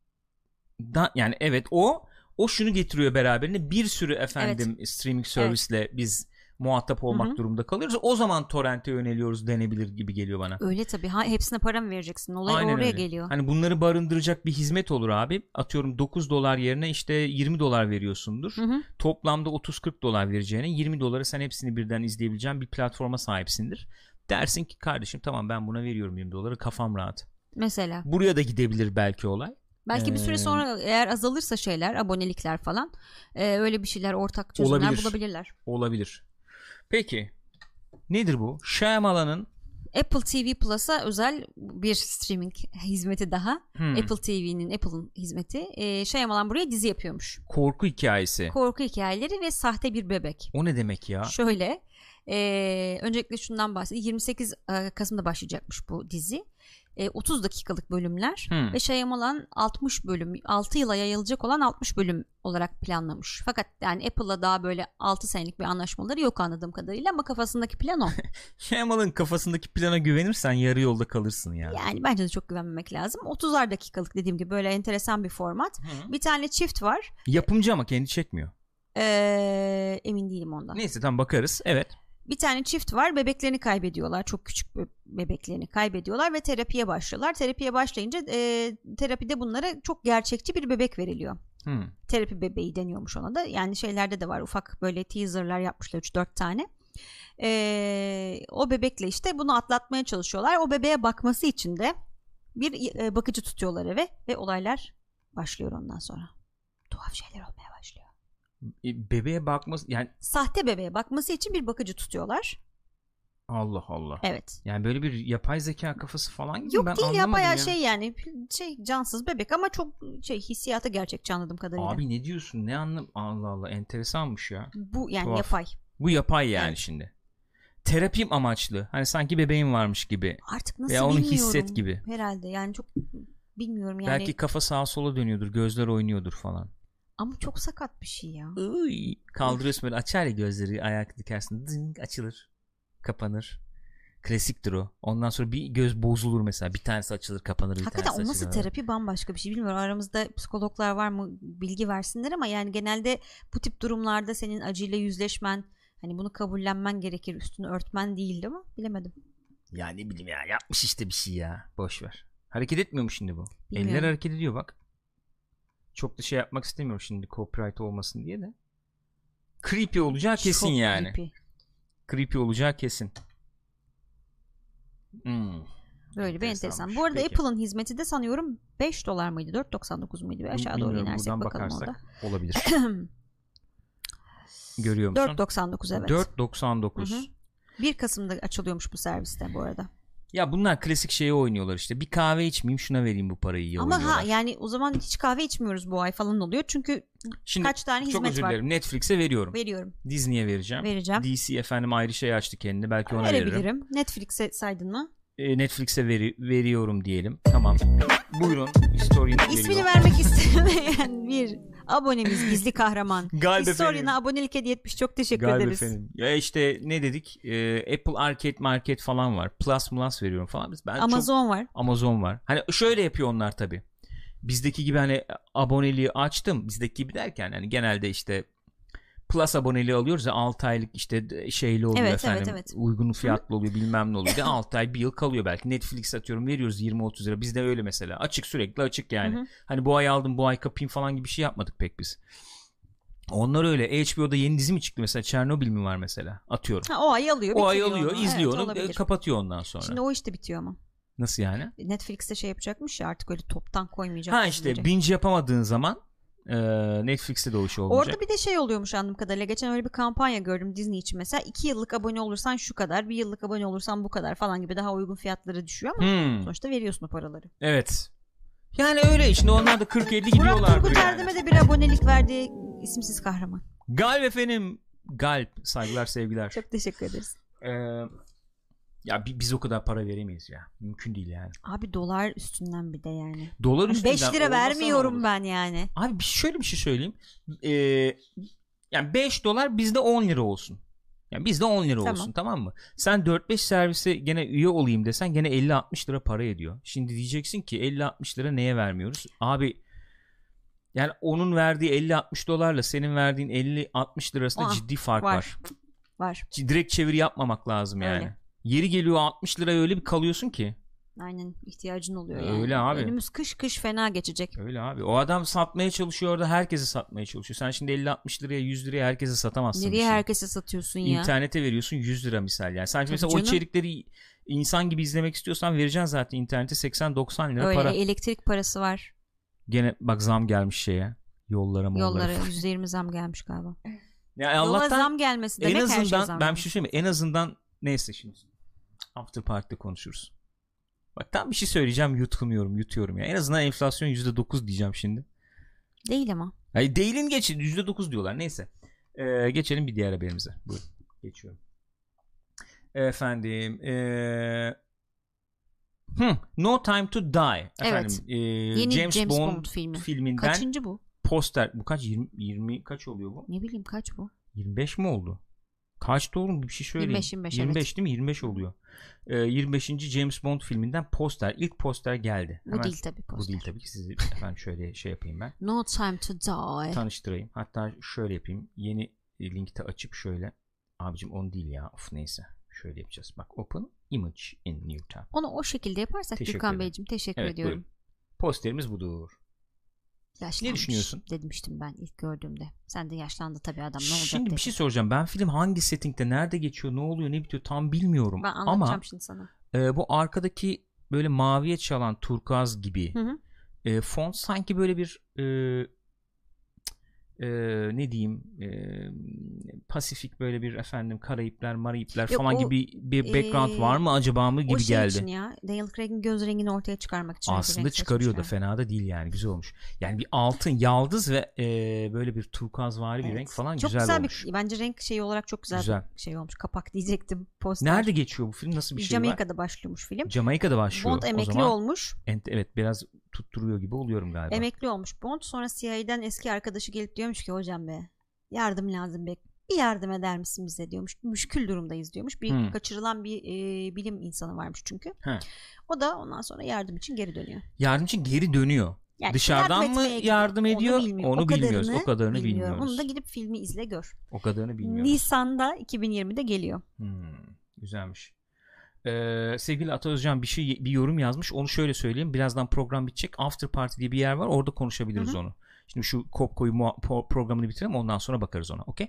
da yani evet o o şunu getiriyor beraberinde bir sürü efendim evet. streaming servisle evet. biz muhatap olmak Hı-hı. durumunda kalıyoruz. O zaman torrent'e yöneliyoruz denebilir gibi geliyor bana. Öyle tabii. Ha, hepsine para mı vereceksin? Olay Aynen oraya öyle. geliyor. Hani bunları barındıracak bir hizmet olur abi. Atıyorum dokuz dolar yerine işte yirmi dolar veriyorsundur. Hı-hı. Toplamda otuz kırk dolar vereceğine yirmi dolara sen hepsini birden izleyebileceğin bir platforma sahipsindir. Dersin ki kardeşim tamam ben buna veriyorum yirmi doları, kafam rahat. Mesela. Buraya da gidebilir belki olay. Belki ee, bir süre sonra eğer azalırsa şeyler, abonelikler falan e, öyle bir şeyler, ortak çözümler olabilir. bulabilirler. Olabilir. Peki nedir bu? Shyamalan'ın Apple T V Plus'a özel bir streaming hizmeti daha. Hmm. Apple T V'nin Apple'ın hizmeti. E, Shyamalan buraya dizi yapıyormuş. Korku hikayesi. Korku hikayeleri ve sahte bir bebek. O ne demek ya? Şöyle. E, öncelikle şundan bahsedeyim. yirmi sekiz Kasım'da başlayacakmış bu dizi. E, otuz dakikalık bölümler hmm. ve Shyamalan altmış bölüm, altı yıla yayılacak olan altmış bölüm olarak planlamış. Fakat yani Apple'la daha böyle altı senelik bir anlaşmaları yok anladığım kadarıyla ama kafasındaki plan o. Shyamalan'ın kafasındaki plana güvenirsen yarı yolda kalırsın ya. Yani bence de çok güvenmemek lazım. otuzar dakikalık dediğim gibi böyle enteresan bir format. Hmm. Bir tane çift var. Yapımcı ama kendi çekmiyor. Ee, emin değilim ondan. Neyse tamam bakarız. Evet. Bir tane çift var, bebeklerini kaybediyorlar, çok küçük bebeklerini kaybediyorlar ve terapiye başlıyorlar. Terapiye başlayınca e, terapide bunlara çok gerçekçi bir bebek veriliyor. Hmm. Terapi bebeği deniyormuş ona da. Yani şeylerde de var, ufak böyle teaserlar yapmışlar üç dört tane. E, o bebekle işte bunu atlatmaya çalışıyorlar. O bebeğe bakması için de bir e, bakıcı tutuyorlar eve ve olaylar başlıyor ondan sonra. Tuhaf şeyler olmaya başlıyor. Bebeğe bakması yani sahte bebeğe bakması için bir bakıcı tutuyorlar. Allah Allah. Evet. Yani böyle bir yapay zeka kafası falan gibi Yok ben değil ya, bayağı ya. şey yani şey cansız bebek ama çok şey hissiyatı gerçekçi anladığım kadarıyla. Abi ne diyorsun? Ne anlam? Allah Allah, enteresanmış ya. Bu yani Tuhaf. yapay. Bu yapay yani evet. Şimdi. Terapi amaçlı. Hani sanki bebeğin varmış gibi. Artık nasıl veya bilmiyorum. Onu hisset gibi. Herhalde yani çok bilmiyorum yani. Belki kafa sağa sola dönüyordur, gözler oynuyordur falan. Ama çok sakat bir şey ya. Uy, kaldırıyorsun böyle, açar ya gözleri, ayak dikersin, zing, açılır, kapanır. Klasiktir o. Ondan sonra bir göz bozulur mesela. Bir tanesi açılır kapanır. Bir Hakikaten tanesi o nasıl açılır. terapi bambaşka bir şey bilmiyorum. Aramızda psikologlar var mı bilgi versinler ama yani genelde bu tip durumlarda senin acıyla yüzleşmen, hani bunu kabullenmen gerekir. Üstünü örtmen değil değil mi? Bilemedim. Ya ne bileyim ya, yapmış işte bir şey ya. Boş ver. Hareket etmiyor mu şimdi bu? Bilmiyorum. Eller hareket ediyor bak. Çok da şey yapmak istemiyorum şimdi copyright olmasın diye de. Creepy olacağı kesin Çok yani. creepy. Creepy olacağı kesin. Hmm. Böyle bir enteresan. Enteresanmış. Bu arada Peki. Apple'ın hizmeti de sanıyorum beş dolar mıydı? dört doksan dokuz muydu? Bir aşağı doğru Bilmiyorum, inersek buradan bakalım bakarsak orada. olabilir. Görüyor musun? dört doksan dokuz evet. dört doksan dokuz. Hı hı. bir Kasım'da açılıyormuş bu serviste bu arada. Ya bunlar klasik şeyi oynuyorlar işte. Bir kahve içmeyeyim, şuna vereyim bu parayı ya. Ama oynuyorlar. ha yani o zaman hiç kahve içmiyoruz bu ay falan oluyor. Çünkü Şimdi kaç tane çok hizmet özür var. dilerim. Netflix'e veriyorum. Veriyorum. Disney'e vereceğim. Vereceğim. D C efendim ayrı şey açtı kendine. Belki ona veririm. Verebilirim. Netflix'e saydın mı? E, Netflix'e veri, veriyorum diyelim. Tamam. Buyurun. Historian İsmini geliyor. vermek istemeyen bir abonemiz gizli kahraman. Galiba Historian'a efendim. abonelik hediye etmiş. Çok teşekkür Galiba ederiz. efendim. Ya işte ne dedik? E, Apple Arcade Market falan var. Plus Plus veriyorum falan. Biz ben Amazon çok, var. Amazon var. Hani şöyle yapıyor onlar tabii. Bizdeki gibi hani aboneliği açtım. Bizdeki gibi derken hani genelde işte Plus aboneliği alıyoruz ya, altı aylık işte şeyli oluyor Evet, efendim. evet, evet. Uygun fiyatlı oluyor, bilmem ne oluyor. De altı ay bir yıl kalıyor belki. Netflix atıyorum veriyoruz yirmi otuz lira. Bizde öyle mesela. Açık, sürekli açık yani. Hı hı. Hani bu ay aldım bu ay kapayım falan gibi bir şey yapmadık pek biz. Onlar öyle. H B O'da yeni dizi mi çıktı mesela? Çernobil mi var mesela? Atıyorum. Ha, o ay alıyor. O ay bitiriyor alıyor, onu. izliyor Evet, onu, olabilir. kapatıyor ondan sonra. Şimdi o işte bitiyor ama. Nasıl yani? Netflix'te şey yapacakmış ya, artık öyle toptan koymayacak. Ha işte dizileri. binge yapamadığın zaman e, Netflix'te de o iş olmayacak. Orada bir de şey oluyormuş anladığım kadarıyla. Geçen öyle bir kampanya gördüm Disney için mesela. iki yıllık abone olursan şu kadar, bir yıllık abone olursan bu kadar falan gibi daha uygun fiyatları düşüyor ama Hmm. sonuçta veriyorsun o paraları. Evet. Yani öyle işte, onlar da kırk elli gidiyorlar. Burak Turgut yani. Erdem'e de bir abonelik verdiği isimsiz kahraman. Galp efendim. Galp. Saygılar sevgiler. Çok teşekkür ederiz. Ee, ya bi- biz o kadar para veremeyiz ya. Mümkün değil yani. Abi dolar üstünden bir de yani. Dolar üstünden beş lira olmasa ne vermiyorum olur? ben yani. Abi bir şöyle bir şey söyleyeyim. Ee, yani beş dolar bizde on lira olsun. Yani bizde on lira Tamam. olsun, tamam mı? Sen dört beş servise gene üye olayım desen gene elli altmış lira para ediyor. Şimdi diyeceksin ki elli altmış lira neye vermiyoruz? Abi yani onun verdiği elli altmış dolarla senin verdiğin elli altmış lirasında Aa, ciddi fark var. var. Var. Direkt çeviri yapmamak lazım yani. Öyle. Yeri geliyor altmış liraya öyle bir kalıyorsun ki. Aynen, ihtiyacın oluyor yani. Öyle abi. Önümüz kış kış fena geçecek. Öyle abi. O adam satmaya çalışıyor orada, herkese satmaya çalışıyor. Sen şimdi elli altmış liraya yüz liraya herkese satamazsın. Nereye bir şey. herkese satıyorsun ya? İnternete veriyorsun yüz lira misal yani. Sen Tabii mesela canım. o içerikleri insan gibi izlemek istiyorsan vereceksin zaten internete seksen doksan lira Öyle para. elektrik parası var. Gene bak zam gelmiş şeye. Yollara mollara. Yollara yüzde yirmi zam gelmiş galiba. Yani Yola Allah'tan zam gelmesi demek en her şey azından zam ben bir gelmiş. şey söyleyeyim mi? En azından neyse şimdi after party'de konuşuruz. Bak tam bir şey söyleyeceğim, yutkunuyorum yutuyorum ya. En azından enflasyon yüzde dokuz diyeceğim şimdi. Değil ama. Hayır değilin geçin yüzde dokuz diyorlar, neyse. Ee, geçelim bir diğer haberimize. Buyurun geçiyorum. Efendim ee... hmm, No Time to Die. Efendim, Evet. ee, Yeni James, James Bond, Bond filmi. filminden Kaçıncı bu? poster. Bu kaç? yirmi, yirmi kaç oluyor bu? Ne bileyim kaç bu? yirmi beş mi oldu? Kaçtı oğlum, bir şey söyleyeyim. yirmi beş, yirmi beş, yirmi beş evet. değil mi? yirmi beş oluyor. Ee, yirmi beşinci James Bond filminden poster. İlk poster geldi. Bu Hemen, değil tabii poster. bu değil tabii ki. Sizi efendim şöyle şey yapayım ben. No Time to Die. Tanıştırayım. Hatta şöyle yapayım. Yeni linkte açıp şöyle. Abicim onu değil ya. Of neyse. Şöyle yapacağız. Bak open image in new tab. Onu o şekilde yaparsak Teşekkür Gürkan ederim. Beyciğim teşekkür Evet, ediyorum. buyurun. Posterimiz budur. Yaşlanmış Ne düşünüyorsun? demiştim ben ilk gördüğümde. Sen de yaşlandı tabii adam, ne olacak Şimdi dedi. bir şey soracağım. Ben film hangi settingde, nerede geçiyor, ne oluyor, ne bitiyor tam bilmiyorum. Ben anlatacağım Ama şimdi sana. e, bu arkadaki böyle maviye çalan turkuaz gibi Hı hı. e, font sanki böyle bir e, e, ne diyeyim e, Pasifik böyle bir efendim Karayipler, Marayipler Yok, falan o, gibi bir background e, var mı acaba mı O gibi şey geldi. için ya. Daniel Craig'in göz rengini ortaya çıkarmak için. Aslında çıkarıyor da fena da değil yani, güzel olmuş. Yani bir altın, yaldız ve e, böyle bir turkuazvari bir Evet. renk falan çok güzel, güzel olmuş. Bir, bence renk şeyi olarak çok güzel, Güzel. bir şey olmuş. Kapak diyecektim. Poster. Nerede geçiyor bu film? Nasıl bir şey var? Jamaika'da başlıyormuş film. Jamaika'da başlıyor. Bond emekli o zaman, olmuş. ent- evet biraz tutturuyor gibi oluyorum galiba. Emekli olmuş Bond. Sonra C I A'den eski arkadaşı gelip diyormuş ki hocam be yardım lazım be. bir yardım eder misin bize diyormuş. Müşkül durumdayız diyormuş. Bir hmm. kaçırılan bir e, bilim insanı varmış çünkü. He. O da ondan sonra yardım için geri dönüyor. Yardım için geri dönüyor. Yani dışarıdan yardım mı yardım ediyor? Onu, bilmiyor. onu o bilmiyoruz. O kadarını bilmiyorum. bilmiyoruz. Onu da gidip filmi izle gör. O kadarını bilmiyoruz. Nisan'da iki bin yirmide geliyor. Hmm, güzelmiş. Ee, sevgili Ata Özcan bir şey bir yorum yazmış. Onu şöyle söyleyeyim. Birazdan program bitecek. After Party diye bir yer var. Orada konuşabiliriz Hı-hı. onu. Şimdi şu Kopko'yu muha- programını bitirelim. Ondan sonra bakarız ona. Okey.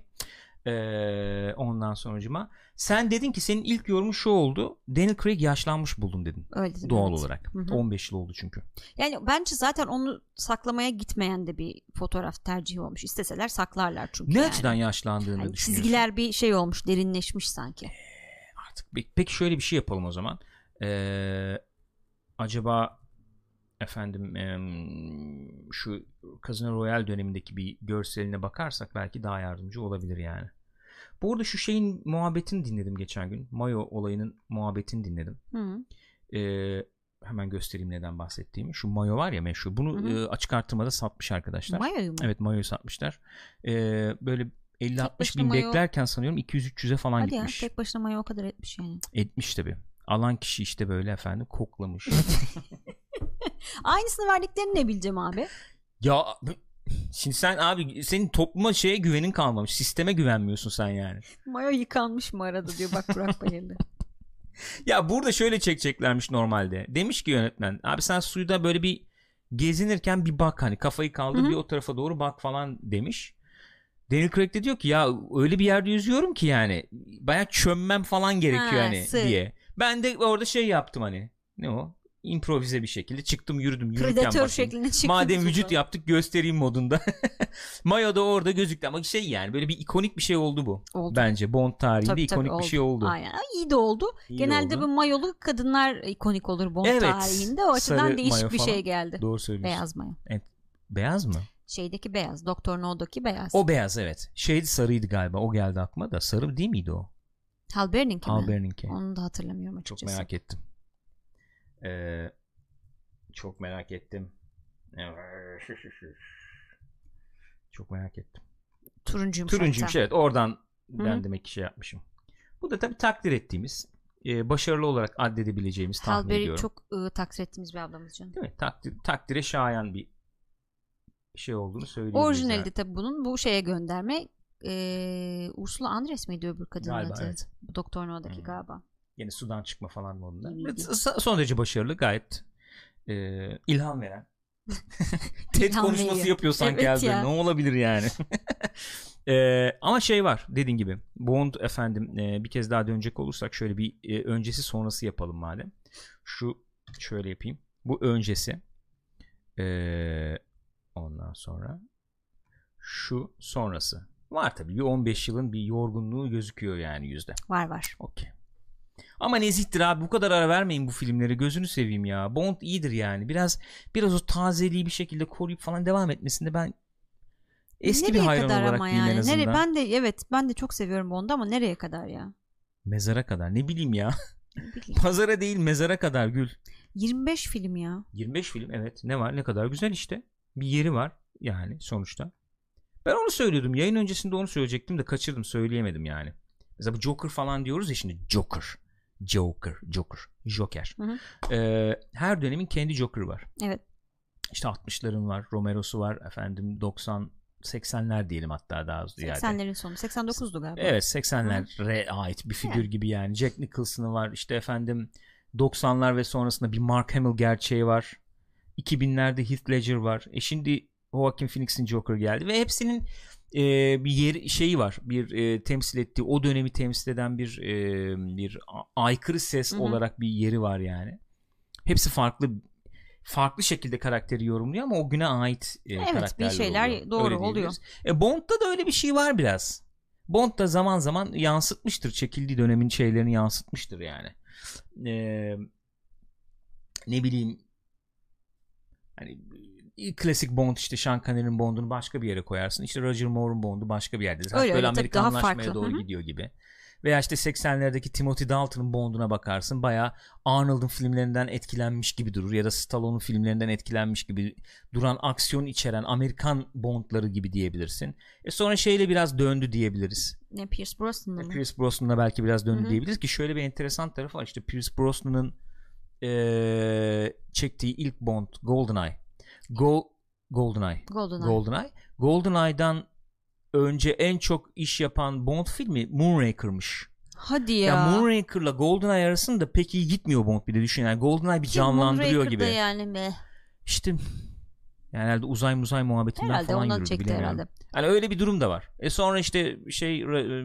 Ee, ondan sonracıma sen dedin ki senin ilk yorumun şu oldu. Daniel Craig yaşlanmış buldun dedin. Öyle dedim, doğal evet. olarak. Hı-hı. on beş yıl oldu çünkü. Yani bence zaten onu saklamaya gitmeyen de bir fotoğraf tercihi olmuş. İsteseler saklarlar çünkü. Ne yani. açıdan yaşlandığını yani düşünüyorsun? Çizgiler bir şey olmuş, derinleşmiş sanki. Ee, artık peki şöyle bir şey yapalım o zaman. Ee, acaba efendim em, şu Casino Royale dönemindeki bir görseline bakarsak belki daha yardımcı olabilir yani. Bu arada şu şeyin muhabbetini dinledim geçen gün. Mayo olayının muhabbetini dinledim. Hı. Ee, hemen göstereyim neden bahsettiğimi. Şu mayo var ya meşhur. Bunu e, açık artırmada satmış arkadaşlar. Mayoyu mu? Evet, mayoyu satmışlar. Ee, böyle elli altmış bin mayo... beklerken sanıyorum iki yüz üç yüze falan Hadi gitmiş. Ya, tek başına mayo o kadar etmiş yani. Etmiş tabii. Alan kişi işte böyle efendim koklamış. Aynısını verdiklerini ne bileceğim abi? Ya şimdi sen abi senin topluma şeye güvenin kalmamış. Sisteme güvenmiyorsun sen yani. Mayo yıkanmış mı arada diyor bak Burak Bayırlı. Ya burada şöyle çekeceklermiş normalde. Demiş ki yönetmen abi sen suyda böyle bir gezinirken bir bak hani kafayı kaldır Hı-hı. bir o tarafa doğru bak falan demiş. Daniel Craig de diyor ki ya öyle bir yerde yüzüyorum ki yani bayağı çömmem falan gerekiyor ha, hani sır. diye. Ben de orada şey yaptım hani ne o? İmprovize bir şekilde çıktım yürüdüm yürürken Predatör şeklinde çıktım. Madem vücut da. yaptık göstereyim modunda. Mayo da orada gözüktü ama şey yani böyle bir ikonik bir şey oldu bu. Oldu. Bence Bond tarihinde tabii, ikonik tabii, bir şey oldu. Aynen. İyi de oldu. İyi Genelde oldu. Bu mayolu kadınlar ikonik olur Bond evet, tarihinde. O açıdan değişik bir şey geldi. Doğru söylüyorsun. Beyaz mayo. Evet. Beyaz mı? Şeydeki beyaz. Doktor No'daki beyaz. O beyaz evet. Şeydi sarıydı galiba. O geldi aklıma da. Sarı değil miydi o? Hal Bernin'ki mi? Hal Bernin'ki. Onu da hatırlamıyorum açıkçası. Çok merak ettim. Ee, çok merak ettim. Çok merak ettim. Turuncuymuş. Turuncuymuş evet. Oradan Hı-hı. ben demek ki şey yapmışım. Bu da tabii takdir ettiğimiz, e, başarılı olarak addedebileceğimiz tahmin Hal Berry ediyorum. çok e, takdir ettiğimiz bir ablamız canım. Değil mi? Takdir, takdire şayan bir şey olduğunu söyleyebiliriz. Orijinalde yani. Tabii bunun bu şeye gönderme e, Ursula Andress miydi öbür kadının galiba, adı? Evet. Doktor No'daki hmm. galiba. Yine sudan çıkma falan modunda. Son derece başarılı, gayet e, ilham veren. TED ilham konuşması veriyor. Yapıyor sanki evet ne olabilir yani. e, ama şey var dediğin gibi Bond efendim e, bir kez daha dönecek olursak şöyle bir e, öncesi sonrası yapalım madem. Şu şöyle yapayım. Bu öncesi. E, ondan sonra şu sonrası. Var tabii bir on beş yılın bir yorgunluğu gözüküyor yani yüzde. Var var. Okey. Ama nezihtir abi, bu kadar ara vermeyin bu filmleri, gözünü seveyim ya. Bond iyidir yani. Biraz biraz o tazeliği bir şekilde koruyup falan devam etmesinde ben eski nereye bir hayran olarak diyeyim yani? En azından. Nereye, ben de evet ben de çok seviyorum Bond'u ama nereye kadar ya? Mezara kadar ne bileyim ya. Ne bileyim. Pazara değil mezara kadar Gül. yirmi beş film ya. yirmi beş film evet, ne var, ne kadar güzel işte. Bir yeri var yani sonuçta. Ben onu söylüyordum yayın öncesinde, onu söyleyecektim de kaçırdım, söyleyemedim yani. Mesela bu Joker falan diyoruz ya şimdi, Joker. Joker, Joker, Joker. Hı hı. Ee, her dönemin kendi Joker'ı var. Evet. İşte altmışların var, Romero'su var, efendim doksan seksenler diyelim hatta daha ziyade. seksenlerin sonu, seksen dokuzdu galiba. Evet, seksenlere ait bir figür yani. Gibi yani. Jack Nicholson'ı var, işte efendim doksanlar ve sonrasında bir Mark Hamill gerçeği var. iki binlerde Heath Ledger var. E şimdi Joaquin Phoenix'in Joker geldi ve hepsinin e, bir yer şeyi var, bir e, temsil ettiği, o dönemi temsil eden bir e, bir aykırı ses Hı-hı. olarak bir yeri var yani. Hepsi farklı farklı şekilde karakteri yorumluyor ama o güne ait e, evet, karakterler bir şeyler oluyor. doğru oluyor. E, Bond'da da öyle bir şey var biraz. Bond da zaman zaman yansıtmıştır, çekildiği dönemin şeylerini yansıtmıştır yani. E, ne bileyim hani klasik Bond, işte Sean Connery'nin Bond'unu başka bir yere koyarsın. İşte Roger Moore'un Bond'u başka bir yerde. Zaten böyle Amerikan anlaşmaya doğru Hı-hı. gidiyor gibi. Veya işte seksenlerdeki Timothy Dalton'ın Bond'una bakarsın. Bayağı Arnold'un filmlerinden etkilenmiş gibi durur. Ya da Stallone'un filmlerinden etkilenmiş gibi duran, aksiyon içeren Amerikan Bond'ları gibi diyebilirsin. E sonra şeyle biraz döndü diyebiliriz. Ne, Pierce Brosnan'la mı? Pierce Brosnan'la belki biraz döndü Hı-hı. diyebiliriz ki şöyle bir enteresan tarafı var. İşte Pierce Brosnan'ın ee, çektiği ilk Bond GoldenEye. Go GoldenEye. GoldenEye. GoldenEye. GoldenEye'dan önce en çok iş yapan Bond filmi Moonraker'mış. Hadi ya. Ya Moonraker'la GoldenEye arasında pek iyi gitmiyor Bond, bir de düşün. Yani GoldenEye bir canlandırıyor gibi. yani mi? İşte yani herhalde uzay muzay muhabbetinden herhalde falan yürüdü, çekti bilemiyorum. Herhalde. Yani öyle bir durum da var. E sonra işte şey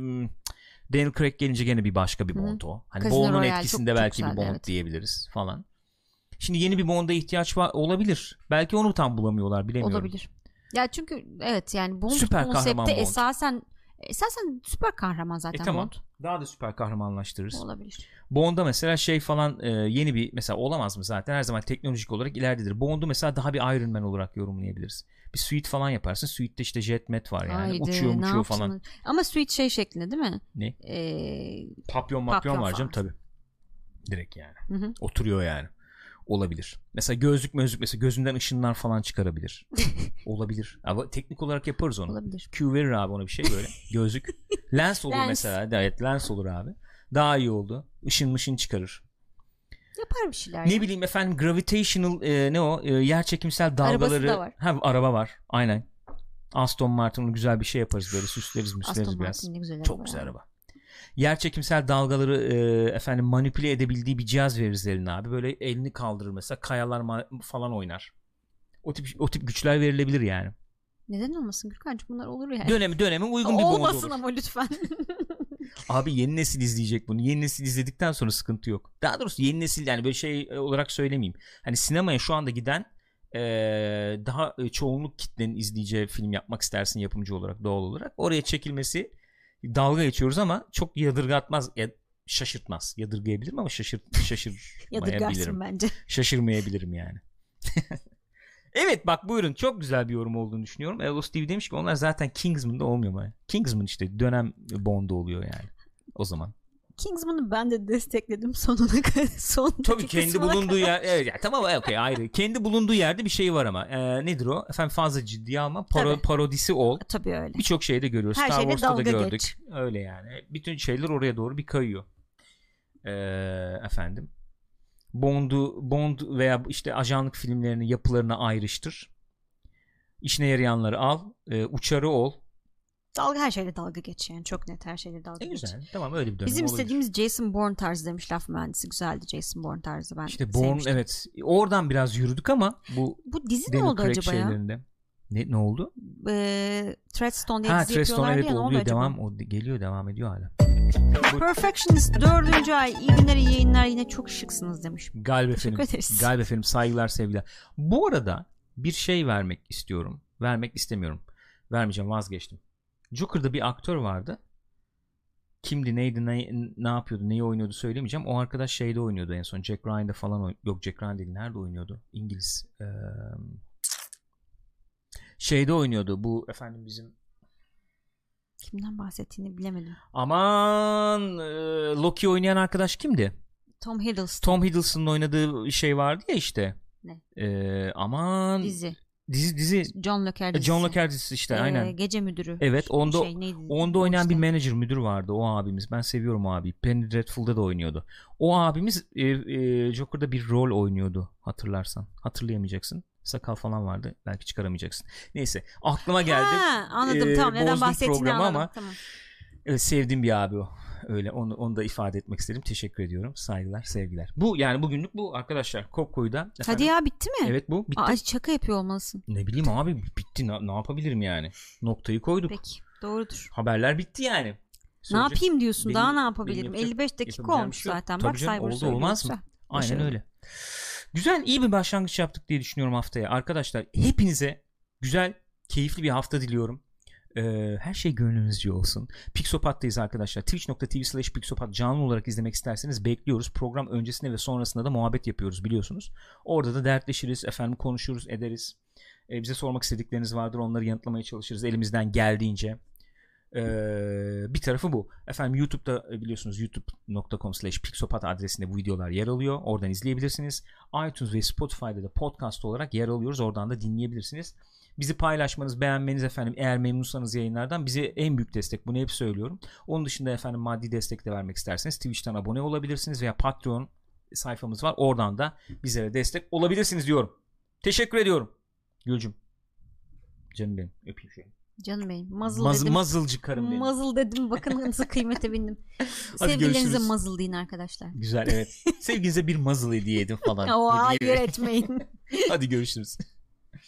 Daniel Craig gelince gene bir başka bir Bond o. Hani Bond'un etkisinde çok, belki çok güzeldi, bir Bond evet. diyebiliriz falan. Şimdi yeni bir Bond'a ihtiyaç var olabilir. Belki onu tam bulamıyorlar, bilemiyorum. Olabilir. Ya çünkü evet yani Bond süper konsepti esasen esasen süper kahraman zaten e, tamam. Bond. Daha da süper kahramanlaştırırız. Olabilir. Bond'a mesela şey falan e, yeni bir mesela olamaz mı zaten, her zaman teknolojik olarak ileridedir. Bond'u mesela daha bir Iron Man olarak yorumlayabiliriz. Bir suite falan yaparsın. Suite'de işte jetmet var yani. Haydi, uçuyor uçuyor falan. Ama suite şey şeklinde değil mi? Ne? Ee, papyon mapyon var canım tabii. Direkt yani. Hı hı. Oturuyor yani. Olabilir. Mesela gözlük mözlük, mesela gözünden ışınlar falan çıkarabilir. Olabilir. Ama teknik olarak yaparız onu. Olabilir. Q verir abi ona bir şey böyle. Gözlük. Lens olur lens. Mesela. Evet, lens olur abi. Daha iyi oldu. Işın mışın çıkarır. Yapar bir şeyler. Ne ya. bileyim efendim, gravitational e, ne o? E, yerçekimsel dalgaları. Arabası da var. Ha, araba var. Aynen. Aston Martin'ın güzel bir şey yaparız böyle, süsleriz müsleriz Aston biraz. Güzel çok araba güzel yani. araba. Yerçekimsel dalgaları e, efendim manipüle edebildiği bir cihaz veririz eline abi. Böyle elini kaldırır mesela, kayalar ma- falan oynar. O tip o tip güçler verilebilir yani. Neden olmasın Gürkan'cığım, bunlar olur yani. Dönemi döneme uygun bir Bond olur. Olmasın ama lütfen. Abi yeni nesil izleyecek bunu. Yeni nesil izledikten sonra sıkıntı yok. Daha doğrusu yeni nesil yani böyle şey olarak söylemeyeyim. Hani sinemaya şu anda giden e, daha çoğunluk kitlenin izleyeceği film yapmak istersin yapımcı olarak, doğal olarak. Oraya çekilmesi, dalga geçiyoruz ama çok yadırgatmaz, ya, şaşırtmaz. Yadırgayabilirim ama şaşırt şaşırmayabilirim. Yadırgarsın bence. Şaşırmayabilirim yani. Evet bak buyurun, çok güzel bir yorum olduğunu düşünüyorum. Elos T V demiş ki onlar zaten Kingsman'da olmuyor mu? Kingsman işte dönem Bond'da oluyor yani. O zaman. Kingsman'ı ben de destekledim sonuna kadar. Son Tabii kendi bulunduğu kadar. yer, evet ya, tamam okey ayrı. Kendi bulunduğu yerde bir şey var ama ee, nedir o? Efendim fazla ciddiye alma. Paro, parodisi ol. Tabii öyle. Birçok şeyde görüyoruz. Her Star Wars'ta da gördük. Geç. Öyle yani. Bütün şeyler oraya doğru bir kayıyor. Ee, efendim. Bond'u Bond veya işte ajanlık filmlerini, yapılarına ayrıştır. İşine yarayanları al. E, uçarı ol. Dalga, her şeyle dalga geç yani. Çok net her şeyle dalga e, geç. Güzel. Tamam öyle bir dönem Bizim olabilir. istediğimiz Jason Bourne tarzı demiş laf mühendisi. Güzeldi Jason Bourne tarzı, ben İşte Bourne sevmiştim. evet. Oradan biraz yürüdük ama bu bu dizi ne oldu acaba şeylerinde. ya? Ne, ne oldu? Eee Threadstone diye ha, dizi yapıyorlar evet, ya, ne oldu oluyor, acaba? devam, o geliyor, devam ediyor hala. Perfectionist dördüncü ay. İyi günler, iyi yayınlar, yine çok şıksınız demiş. Galiba efendim. Galiba efendim, saygılar sevgiler. Bu arada bir şey vermek istiyorum. Vermek istemiyorum. Vermeyeceğim, vazgeçtim. Joker'da bir aktör vardı. Kimdi, neydi, ne, ne yapıyordu, neyi oynuyordu söylemeyeceğim. O arkadaş şeyde oynuyordu en son. Jack Ryan'da falan oyn- yok Jack Ryan değil. Nerede oynuyordu? İngiliz. Ee, şeyde oynuyordu. Bu efendim bizim. Kimden bahsettiğini bilemedim. Aman e, Loki oynayan arkadaş kimdi? Tom Hiddleston. Tom Hiddleston'ın oynadığı şey vardı ya işte. Ne? Ee, aman. Dizi. Dizi dizi. John Le Carre dizisi. John Le Carre dizisi işte, ee, aynen. Gece müdürü. Evet, onda şey, neydi, onda oynayan işte. bir manager, müdür vardı o abimiz. Ben seviyorum o abi. Penny Dreadful'da da oynuyordu. O abimiz e, e, Joker'da bir rol oynuyordu, hatırlarsan. Hatırlayamayacaksın. Sakal falan vardı. Belki çıkaramayacaksın. Neyse, aklıma geldi. Ha, anladım, ee, tamam. Neden bahsettiğini anladım. Ama, tamam. Evet, sevdiğim bir abi o. Öyle onu, onu da ifade etmek istedim. Teşekkür ediyorum. Saygılar, sevgiler. Bu yani bugünlük bu arkadaşlar. Kokko'yu'da. Hadi ya, bitti mi? Evet, bu bitti. Aa, şaka yapıyor olmalısın. Ne bileyim abi, bitti. Ne, ne yapabilirim yani? Noktayı koyduk. Peki, doğrudur. Haberler bitti yani. Söyleyecek, ne yapayım diyorsun? Benim, daha ne yapabilirim? elli beş dakika olmuş şey zaten. Tabii bak canım, oldu olmaz mı? Aynen Başarılı. Öyle. Güzel, iyi bir başlangıç yaptık diye düşünüyorum haftaya. Arkadaşlar hepinize güzel, keyifli bir hafta diliyorum. Ee, her şey gönlünüzce olsun. Pixopat'tayız arkadaşlar. twitch nokta tv slash pixopat canlı olarak izlemek isterseniz bekliyoruz. Program öncesinde ve sonrasında da muhabbet yapıyoruz biliyorsunuz. Orada da dertleşiriz, efendim konuşuruz, ederiz. Ee, bize sormak istedikleriniz vardır, onları yanıtlamaya çalışırız elimizden geldiğince. Ee, bir tarafı bu. Efendim YouTube'da biliyorsunuz youtube nokta com slash pixopat adresinde bu videolar yer alıyor. Oradan izleyebilirsiniz. iTunes ve Spotify'da da podcast olarak yer alıyoruz. Oradan da dinleyebilirsiniz. Bizi paylaşmanız, beğenmeniz efendim, eğer memnunsanız yayınlardan bize en büyük destek. Bunu hep söylüyorum. Onun dışında efendim maddi destek de vermek isterseniz Twitch'ten abone olabilirsiniz veya Patreon sayfamız var. Oradan da bizlere destek olabilirsiniz diyorum. Teşekkür ediyorum. Gülcüm. Canım benim. Öpeyim şöyle. Canım benim. Muzzle Maz, dedim. Muzzle'cı karım benim. Muzzle dedim. Bakın nasıl kıymete bindim. Sevgililerinize muzzle deyin arkadaşlar. Güzel, evet. Sevgilinize bir muzzle hediye edin falan. Hayır etmeyin. Hadi görüşürüz.